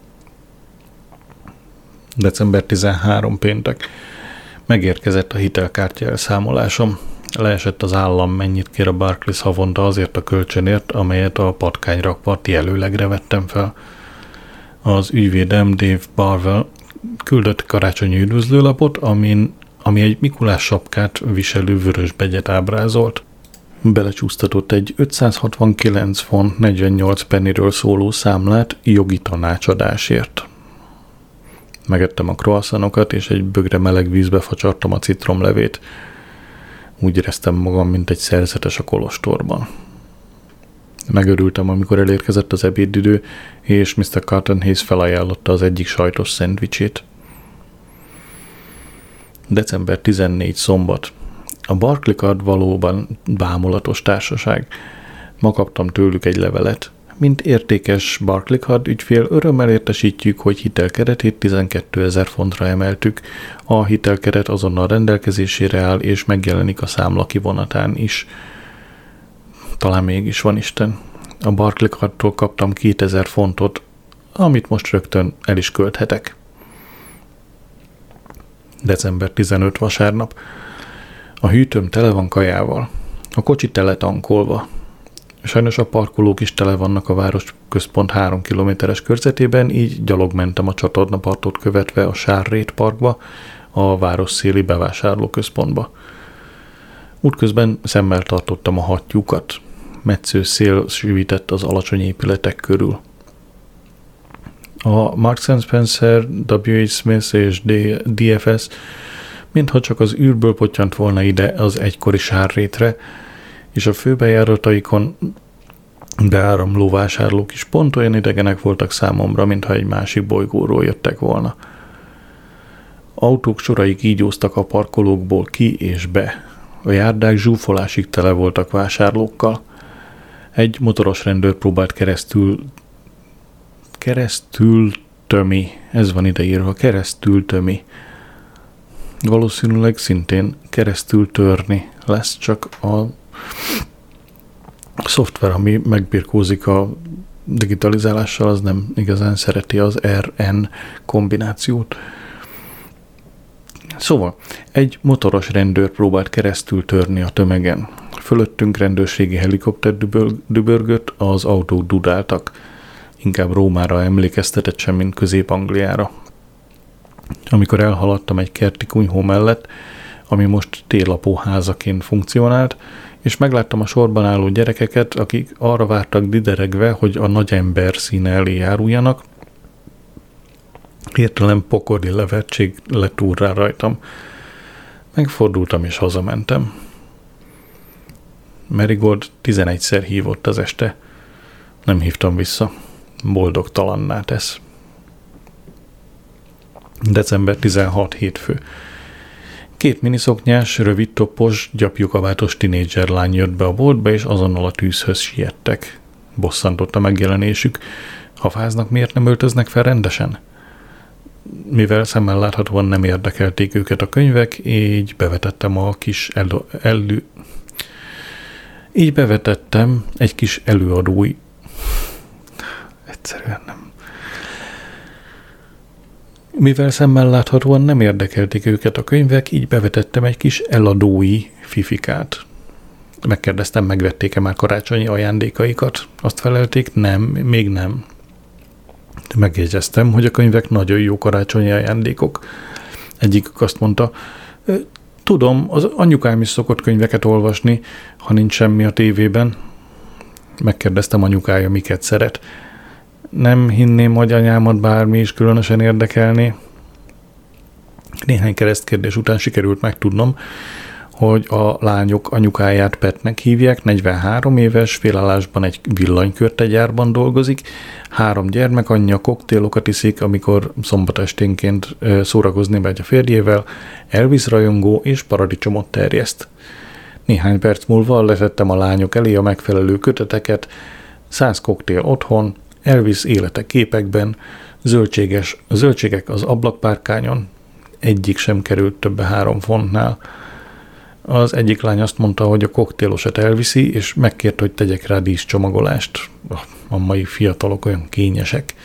december tizenharmadika péntek. Megérkezett a hitelkártya elszámolásom. Leesett az állam, mennyit kér a Barclays havonta azért a kölcsönért, amelyet a patkányrakparti jelőlegre vettem fel. Az ügyvédem Dave Barwell küldött karácsonyi üdvözlőlapot, amin, ami egy Mikulás sapkát viselő vörös begyet ábrázolt. Belecsúsztatott egy ötszázhatvankilenc font negyvennyolc penniről szóló számlát jogi tanácsadásért. Megettem a croissanokat, és egy bögre meleg vízbe facsartam a citromlevét. Úgy éreztem magam, mint egy szerzetes a kolostorban. Megörültem, amikor elérkezett az ebédidő, és miszter Carton Hayes felajánlotta az egyik sajtos szendvicsét. december tizennégy szombat. A Barclaycard valóban bámulatos társaság. Ma kaptam tőlük egy levelet. Mint értékes Barclaycard ügyfél, örömmel értesítjük, hogy hitelkeretét tizenkétezer fontra emeltük. A hitelkeret azonnal rendelkezésére áll, és megjelenik a számla kivonatán is. Talán mégis van Isten. A Barclaycardtól kaptam kétezer fontot, amit most rögtön el is költhetek. december tizenötödike vasárnap. A hűtőm tele van kajával. A kocsi tele tankolva. Sajnos a parkolók is tele vannak a város központ három kilométeres körzetében, így gyalog mentem a csatornapartot követve a Sárrét parkba, a városszéli bevásárlóközpontba. Útközben szemmel tartottam a hattyúkat. Metsző szél sűvített az alacsony épületek körül. A Marks and Spencer, dupla vé há. Smith és dé ef es mintha csak az űrből pottyant volna ide az egykori Sárrétre, és a főbejárataikon beáramló vásárlók is pont olyan idegenek voltak számomra, mintha egy másik bolygóról jöttek volna. Autók sorai kígyóztak a parkolókból ki és be. A járdák zsúfolásig tele voltak vásárlókkal. Egy motoros rendőr próbált keresztül keresztül tömi, ez van ideírva, keresztül tömi. valószínűleg szintén keresztül törni lesz, csak a szoftver, ami megbirkózik a digitalizálással, az nem igazán szereti az er en kombinációt. Szóval egy motoros rendőr próbált keresztül törni a tömegen. Fölöttünk rendőrségi helikopter dübörgött, az autók dudáltak. Inkább Rómára emlékeztetett sem, mint Közép-Angliára. Amikor elhaladtam egy kerti kunyhó mellett, ami most télapóházaként funkcionált, és megláttam a sorban álló gyerekeket, akik arra vártak dideregve, hogy a nagy ember színe elé járuljanak, hirtelen pokoli levertség lett úrrá rajtam. Megfordultam és hazamentem. Marigold tizenegyszer hívott az este. Nem hívtam vissza. Boldogtalanná tesz. december tizenhatodika hétfő. Két miniszoknyás, rövid toppos, gyapjukabátos tinédzser lány jött be a boltba, és azonnal a tűzhöz siettek. Bosszantott a megjelenésük. Ha fáznak, miért nem öltöznek fel rendesen? Mivel szemmel láthatóan nem érdekelték őket a könyvek, így bevetettem a kis elő... elő így bevetettem egy kis előadói... Egyszerűen nem... Mivel szemmel láthatóan nem érdekelték őket a könyvek, így bevetettem egy kis eladói fifikát. Megkérdeztem, megvették-e már karácsonyi ajándékaikat. Azt felelték, nem, még nem. Megjegyeztem, hogy a könyvek nagyon jó karácsonyi ajándékok. Egyikük azt mondta, tudom, az anyukám is szokott könyveket olvasni, ha nincs semmi a tévében. Megkérdeztem, anyukája miket szeret. Nem hinném, hogy anyámat bármi is különösen érdekelni. Néhány keresztkérdés után sikerült megtudnom, hogy a lányok anyukáját Petnek hívják, negyvenhárom éves, félállásban egy villanykörtegyárban dolgozik, három gyermek anyja, koktélokat iszik, amikor szombatesténként szórakozni megy a férjével, Elvis rajongó és paradicsomot terjeszt. Néhány perc múlva letettem a lányok elé a megfelelő köteteket, száz koktél otthon, Elvis élete képekben, zöldséges, zöldségek az ablakpárkányon, egyik sem került többe három fontnál. Az egyik lány azt mondta, hogy a koktélosat elviszi, és megkért, hogy tegyek rá díszcsomagolást. A mai fiatalok olyan kényesek.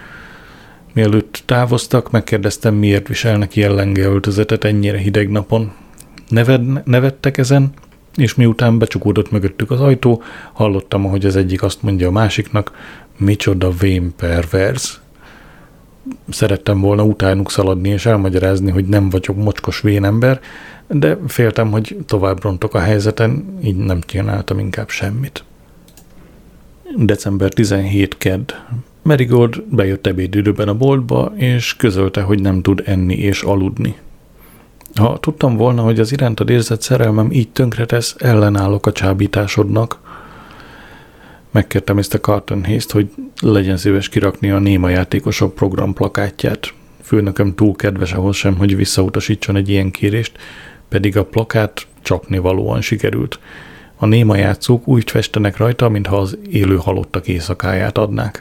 Mielőtt távoztak, megkérdeztem, miért viselnek ilyen lenge öltözetet ennyire hideg napon. Neved, nevettek ezen, és miután becsukódott mögöttük az ajtó, hallottam, hogy az egyik azt mondja a másiknak, micsoda vén perverz. Szerettem volna utánuk szaladni és elmagyarázni, hogy nem vagyok mocskos vénember, de féltem, hogy tovább rontok a helyzeten, így nem csináltam inkább semmit. december tizenhetedike kedd. Marigold bejött ebédidőben a boltba, és közölte, hogy nem tud enni és aludni. Ha tudtam volna, hogy az irántad érzett szerelmem így tönkretesz, ellenállok a csábításodnak. Megkértem miszter Carlton Hayes-t, hogy legyen szíves kirakni a néma játékosok program plakátját. Főnököm túl kedves ahhoz sem, hogy visszautasítson egy ilyen kérést, pedig a plakát csapnivalóan sikerült. A néma játszók úgy festenek rajta, mintha az élő halottak éjszakáját adnák.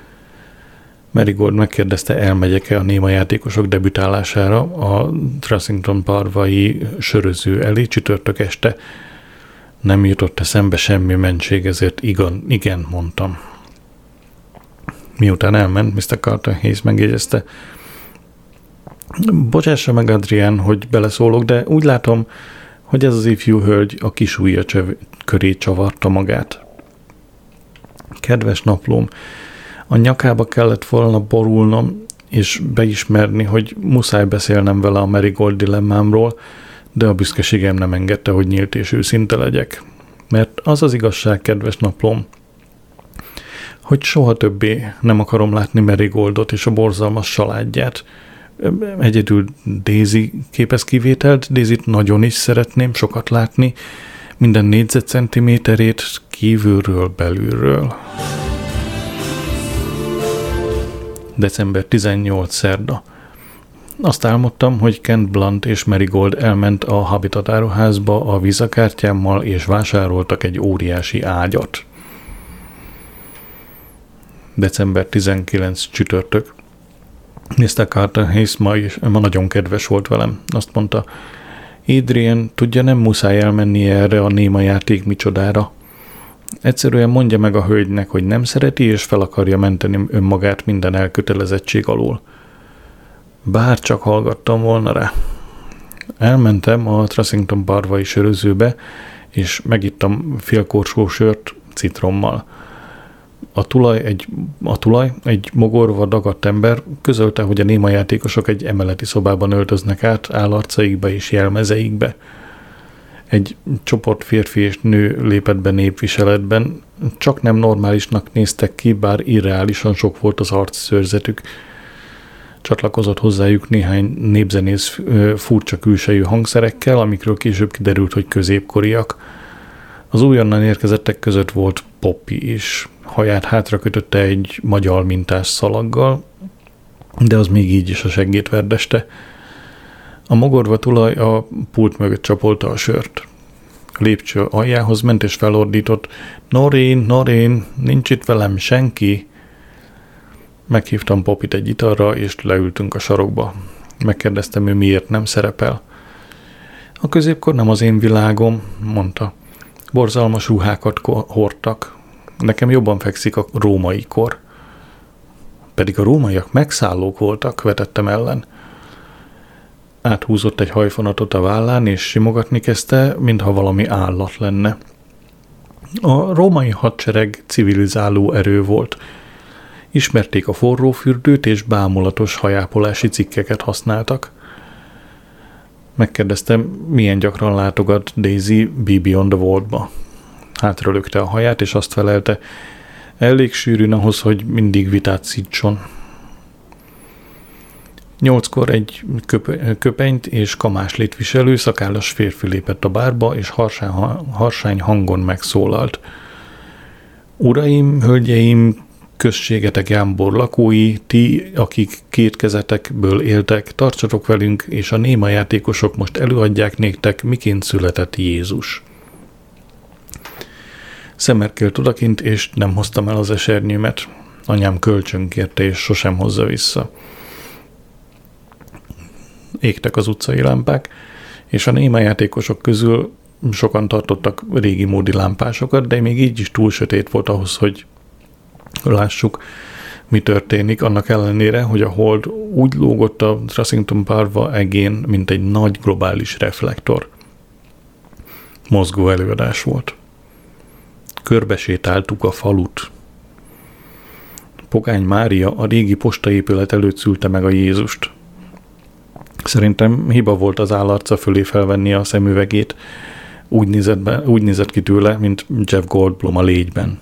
Marigold megkérdezte, elmegyek-e a néma játékosok debütálására a Trussington parvai söröző elé csütörtök este. Nem jutott eszembe semmi mentség, ezért igen, igen, mondtam. Miután elment, miszter Carlton Hayes megjegyezte, bocsássa meg, Adrián, hogy beleszólok, de úgy látom, hogy ez az ifjú hölgy a kis ujja csev- köré csavarta magát. Kedves naplóm, a nyakába kellett volna borulnom, és beismerni, hogy muszáj beszélnem vele a Marigold dilemmámról, de a büszkeségem nem engedte, hogy nyílt és őszinte legyek. Mert az az igazság, kedves naplóm, hogy soha többé nem akarom látni Marigoldot és a borzalmas családját. Egyedül Daisy képez kivételt, Daisyt nagyon is szeretném sokat látni, minden négyzetcentiméterét kívülről, belülről. december tizennyolcadika szerda. Azt álmodtam, hogy Kent Blunt és Marigold elment a Habitat áruházba a vízakártyámmal, és vásároltak egy óriási ágyat. december tizenkilencedike csütörtök. miszter Carter Hayes ma, is, ma nagyon kedves volt velem. Azt mondta, Adrian, tudja, nem muszáj elmennie erre a néma játék micsodára. Egyszerűen mondja meg a hölgynek, hogy nem szereti, és fel akarja menteni önmagát minden elkötelezettség alól. Bár csak hallgattam volna rá. Elmentem a Trussington barvai sörözőbe, és megittam félkorsó sört citrommal. A tulaj, egy, a tulaj, egy mogorva dagadt ember közölte, hogy a néma játékosok egy emeleti szobában öltöznek át állarcaikba és jelmezeikbe. Egy csoport férfi és nő lépett be népviseletben, csak nem normálisnak néztek ki, bár irreálisan sok volt az arcszőrzetük. Csatlakozott hozzájuk néhány népzenész furcsa külsejű hangszerekkel, amikről később kiderült, hogy középkoriak. Az újonnan érkezettek között volt Poppy is. Haját hátra kötötte egy magyar mintás szalaggal, de az még így is a seggét verdeste. A mogorva tulaj a pult mögött csapolta a sört. A lépcső aljához ment és felordított, Norén, Norén, nincs itt velem senki. Meghívtam Poppyt egy italra, és leültünk a sarokba. Megkérdeztem, ő miért nem szerepel. A középkor nem az én világom, mondta. Borzalmas ruhákat hordtak. Nekem jobban fekszik a római kor. Pedig a rómaiak megszállók voltak, vetettem ellen. Áthúzott egy hajfonatot a vállán, és simogatni kezdte, mintha valami állat lenne. A római hadsereg civilizáló erő volt. Ismerték a forró fürdőt, és bámulatos hajápolási cikkeket használtak. Megkérdeztem, milyen gyakran látogat Daisy Be Beyond the Vault-ba. Hátra lökte a haját, és azt felelte, elég sűrűn ahhoz, hogy mindig vitát szítson. Nyolckor egy köp- köpenyt és kamáslit viselő szakállas férfi lépett a bárba, és harsány, harsány hangon megszólalt. Uraim, hölgyeim, községetek jámbor lakói, ti, akik kétkezetekből éltek, tartsatok velünk, és a néma játékosok most előadják néktek, miként született Jézus. Szemerkélt odakint, és nem hoztam el az esernyőmet. Anyám kölcsön kérte, és sosem hozza vissza. Égtek az utcai lámpák, és a néma játékosok közül sokan tartottak régi módi lámpásokat, de még így is túl sötét volt ahhoz, hogy lássuk, mi történik, annak ellenére, hogy a hold úgy lógott a Trussington Parva egén, mint egy nagy globális reflektor. Mozgó előadás volt. Körbesétáltuk a falut. Pogány Mária a régi postaépület előtt szülte meg a Jézust. Szerintem hiba volt az állarca fölé felvenni a szemüvegét. Úgy nézett, be, úgy nézett ki tőle, mint Jeff Goldblum a Légyben.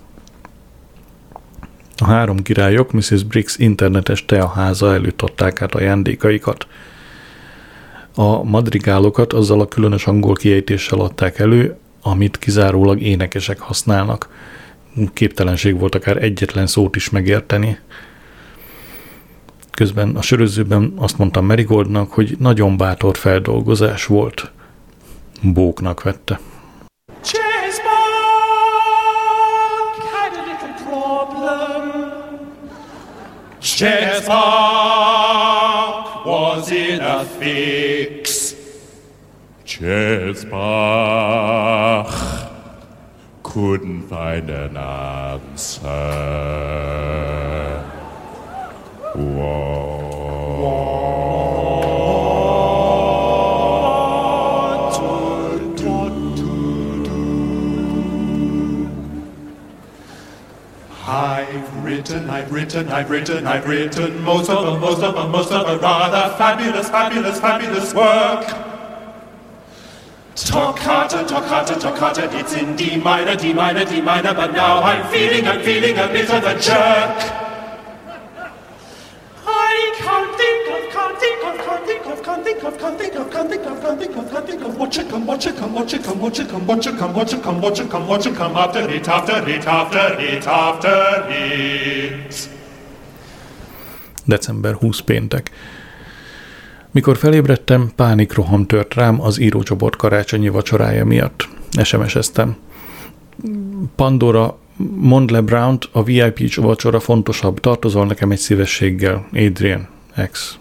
A három királyok missziz Briggs internetes teaháza előtt adták át ajándékaikat. A madrigálokat azzal a különös angol kiejtéssel adták elő, amit kizárólag énekesek használnak. Képtelenség volt akár egyetlen szót is megérteni. Közben a sörözőben azt mondtam Marigoldnak, hogy nagyon bátor feldolgozás volt. Bóknak vette. Chesbach was in a fix. Chesbach couldn't find an answer. Whoa. What to do? What to do? I've written, I've written, I've written, I've written most of them, most of them, most of them rather fabulous, fabulous, fabulous work. Toccata, toccata, toccata, it's in D minor, D minor, D minor, but now I'm feeling, I'm feeling a bit of a jerk. I can't think of, can't think of, can't think of, can't think of, can't think of, can't think of, can't think of, can't think of, watch it come, watch it come, watch it come, watch it come, watch it come, watch it come, watch it come, watch it come, after it, after it, after it, after it. december huszadika péntek. Mikor felébredtem, pánikroham tört rám az írócsoport karácsonyi vacsorája miatt. es em es-eztem. Pandora, mondd le Brownt, a vé i pé vacsora fontosabb, tartozol nekem egy szívességgel. Adrian, X.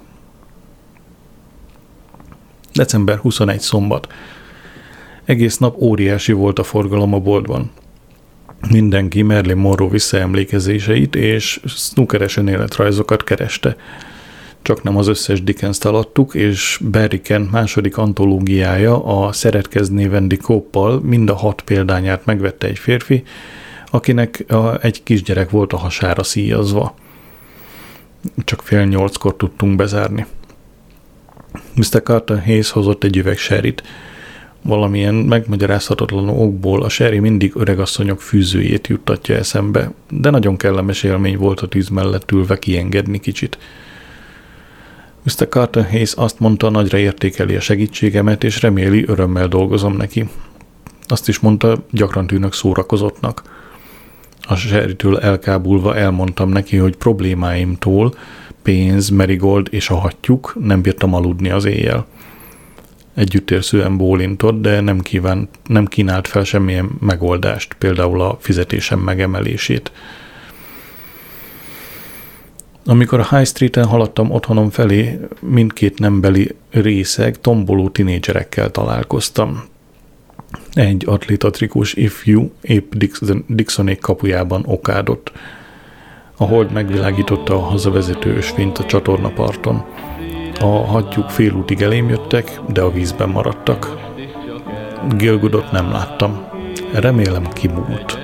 december huszonegyedike szombat. Egész nap óriási volt a forgalom a boltban. Mindenki Marilyn Monroe visszaemlékezéseit és snookeres önéletrajzokat kereste. Csak nem az összes Dickens-t alattuk, és Barry Kent második antológiája, a Szeretkezni Wendy Cope-pal mind a hat példányát megvette egy férfi, akinek a, egy kisgyerek volt a hasára szíjazva. Csak fél nyolckor tudtunk bezárni. miszter Carter Hayes hozott egy üveg sherryt. Valamilyen megmagyarázhatatlan okból a sherry mindig öregasszonyok fűzőjét juttatja eszembe, de nagyon kellemes élmény volt a tűz mellett ülve kiengedni kicsit. miszter Carter Hayes azt mondta, nagyra értékeli a segítségemet, és reméli, örömmel dolgozom neki. Azt is mondta, gyakran tűnök szórakozottnak. A sherrytől elkábulva elmondtam neki, hogy problémáimtól, pénz, Marigold és a hattyúk, nem bírtam aludni az éjjel. Együttérzően bólintott, de nem, kívánt, nem kínált fel semmilyen megoldást, például a fizetésem megemelését. Amikor a High Streeten haladtam otthonom felé, mindkét nembeli részeg tomboló tinédzserekkel találkoztam. Egy atlétatrikós ifjú épp Dixonék kapujában okádott. A hold megvilágította a hazavezető ösvényt a csatornaparton. A hattyúk félútig elém jöttek, de a vízben maradtak. Gilgoodot nem láttam. Remélem kimúlt.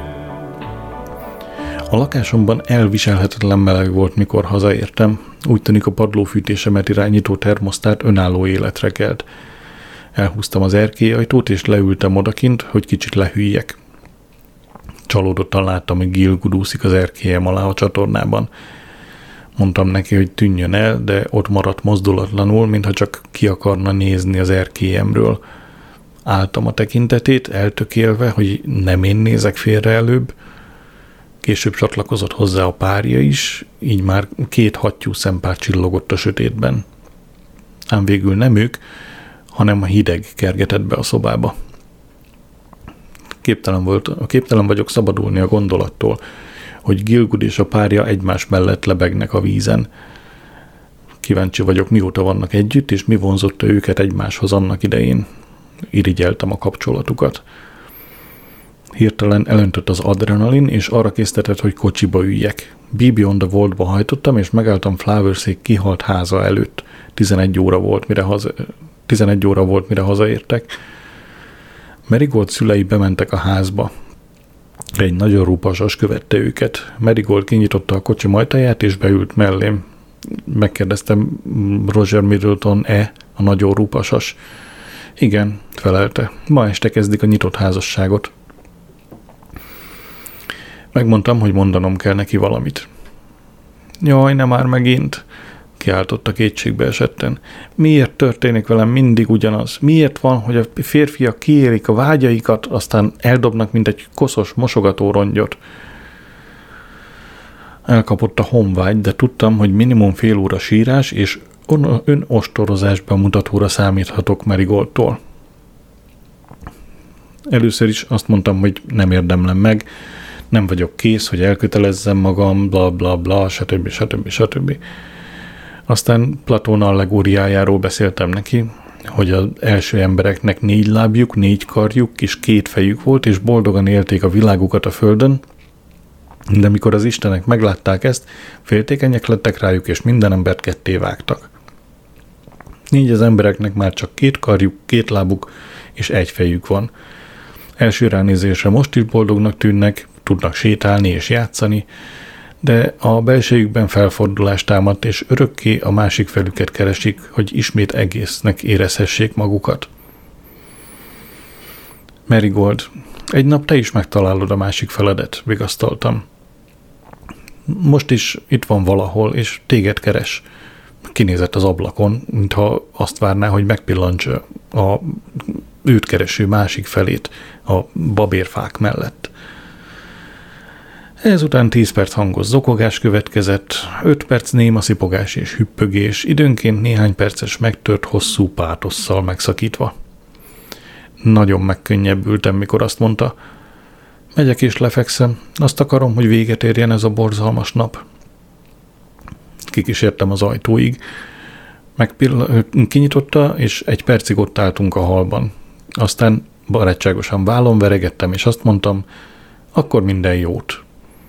A lakásomban elviselhetetlen meleg volt, mikor hazaértem. Úgy tűnik, a padlófűtésemet irányító termosztát önálló életre kelt. Elhúztam az erkélyajtót, és leültem odakint, hogy kicsit lehűljek. Csalódottan láttam, hogy Gilgood úszik az erkélyem alá a csatornában. Mondtam neki, hogy tűnjön el, de ott maradt mozdulatlanul, mintha csak ki akarna nézni az erkélyemről. Álltam a tekintetét, eltökélve, hogy nem én nézek félre előbb. Később csatlakozott hozzá a párja is, így már két hattyú szempár csillogott a sötétben. Ám végül nem ők, hanem a hideg kergetett be a szobába. Képtelen, volt, képtelen vagyok szabadulni a gondolattól, hogy Gilgood és a párja egymás mellett lebegnek a vízen. Kíváncsi vagyok, mióta vannak együtt, és mi vonzotta őket egymáshoz annak idején. Irigyeltem a kapcsolatukat. Hirtelen elöntött az adrenalin, és arra késztetett, hogy kocsiba üljek. Be Beyond the Vault-ba hajtottam, és megálltam Flowerszék kihalt háza előtt. tizenegy óra volt, mire, haza, tizenegy óra volt, mire hazaértek. Marigold szülei bementek a házba. Egy nagyon rúpasas követte őket. Marigold kinyitotta a kocsi ajtaját, és beült mellém. Megkérdeztem, Roger Middleton-e a nagyon rúpasas? Igen, felelte. Ma este kezdik a nyitott házasságot. Megmondtam, hogy mondanom kell neki valamit. Jaj, nem már megint, kiáltotta kétségbe esetten. Miért történik velem mindig ugyanaz? Miért van, hogy a férfiak kiérik a vágyaikat, aztán eldobnak, mint egy koszos mosogató rongyot? Elkapott a honvágy, de tudtam, hogy minimum fél óra sírás és önostorozás bemutatóra számíthatok Marigoldtól. Először is azt mondtam, hogy nem érdemlem meg, nem vagyok kész, hogy elkötelezzem magam, bla bla bla, stb. stb. stb. Aztán Platón allegóriájáról beszéltem neki, hogy az első embereknek négy lábjuk, négy karjuk és két fejük volt, és boldogan élték a világukat a földön, de mikor az istenek meglátták ezt, féltékenyek lettek rájuk, és minden embert ketté vágtak. Így az embereknek már csak két karjuk, két lábuk és egy fejük van. Első ránézésre most is boldognak tűnnek, tudnak sétálni és játszani, de a belsejükben felfordulást támadt, és örökké a másik felüket keresik, hogy ismét egésznek érezhessék magukat. Marigold, egy nap te is megtalálod a másik feledet, vigasztaltam. Most is itt van valahol, és téged keres. Kinézett az ablakon, mintha azt várná, hogy megpillantsa a őt kereső másik felét a babérfák mellett. Ezután tíz perc hangos zokogás következett, öt perc néma szipogás és hüppögés, időnként néhány perces megtört hosszú pátosszal megszakítva. Nagyon megkönnyebbültem, mikor azt mondta, megyek és lefekszem, azt akarom, hogy véget érjen ez a borzalmas nap. kikísértem az ajtóig. Megpill- kinyitotta, és egy percig ott álltunk a hallban. Aztán barátságosan vállon veregettem, és azt mondtam, akkor minden jót.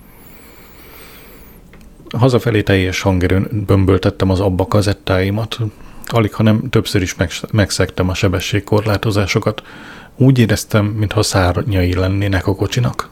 Hazafelé teljes hangerőn bömböltettem az abba kazettáimat. Alig, hanem többször is megszegtem a sebességkorlátozásokat. Úgy éreztem, mintha szárnyai lennének a kocsinak.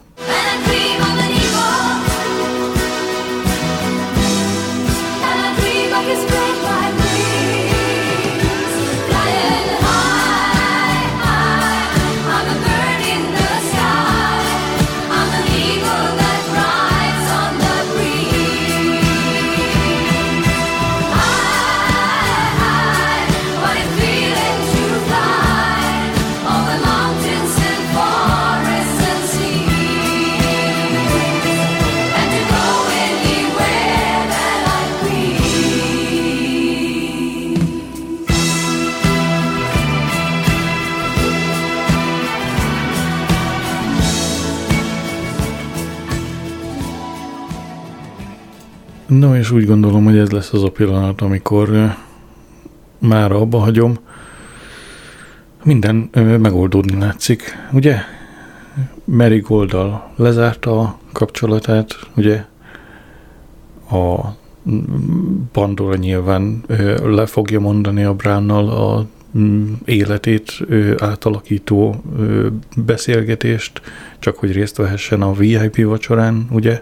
No, és úgy gondolom, hogy ez lesz az a pillanat, amikor uh, már abba hagyom. Minden uh, megoldódni látszik, ugye? Marigolddal lezárta a kapcsolatát, ugye? A Pandora nyilván uh, le fogja mondani a Brownnal a um, életét uh, átalakító uh, beszélgetést, csak hogy részt vehessen a vé i pé vacsorán, ugye?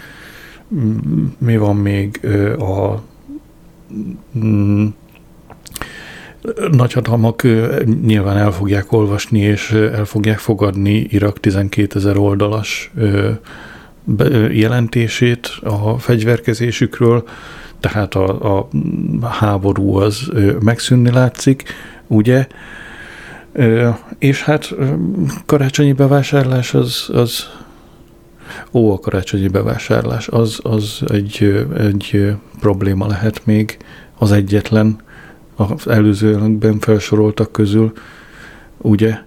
Mi van még a mm, nagyhatalmak nyilván el fogják olvasni és el fogják fogadni Irak tizenkétezer oldalas jelentését a fegyverkezésükről, tehát a, a háború az megszűnni látszik, ugye? És hát karácsonyi bevásárlás az, az Ó, a karácsonyi bevásárlás, az, az egy, egy probléma lehet még, az egyetlen az előzőekben felsoroltak közül, ugye?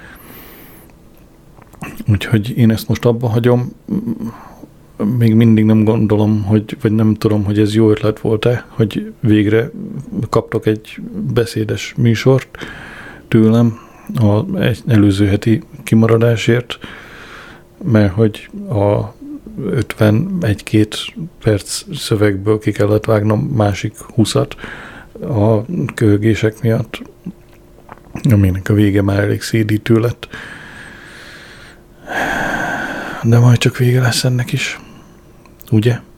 Úgyhogy én ezt most abba hagyom, még mindig nem gondolom, hogy, vagy nem tudom, hogy ez jó ötlet volt-e, hogy végre kaptok egy beszédes műsort tőlem az előző heti kimaradásért, mert hogy a ötvenegy-két perc szövegből ki kellett vágnom másik húszat a köhögések miatt, aminek a vége már elég szédítő lett. De majd csak vége lesz ennek is, ugye?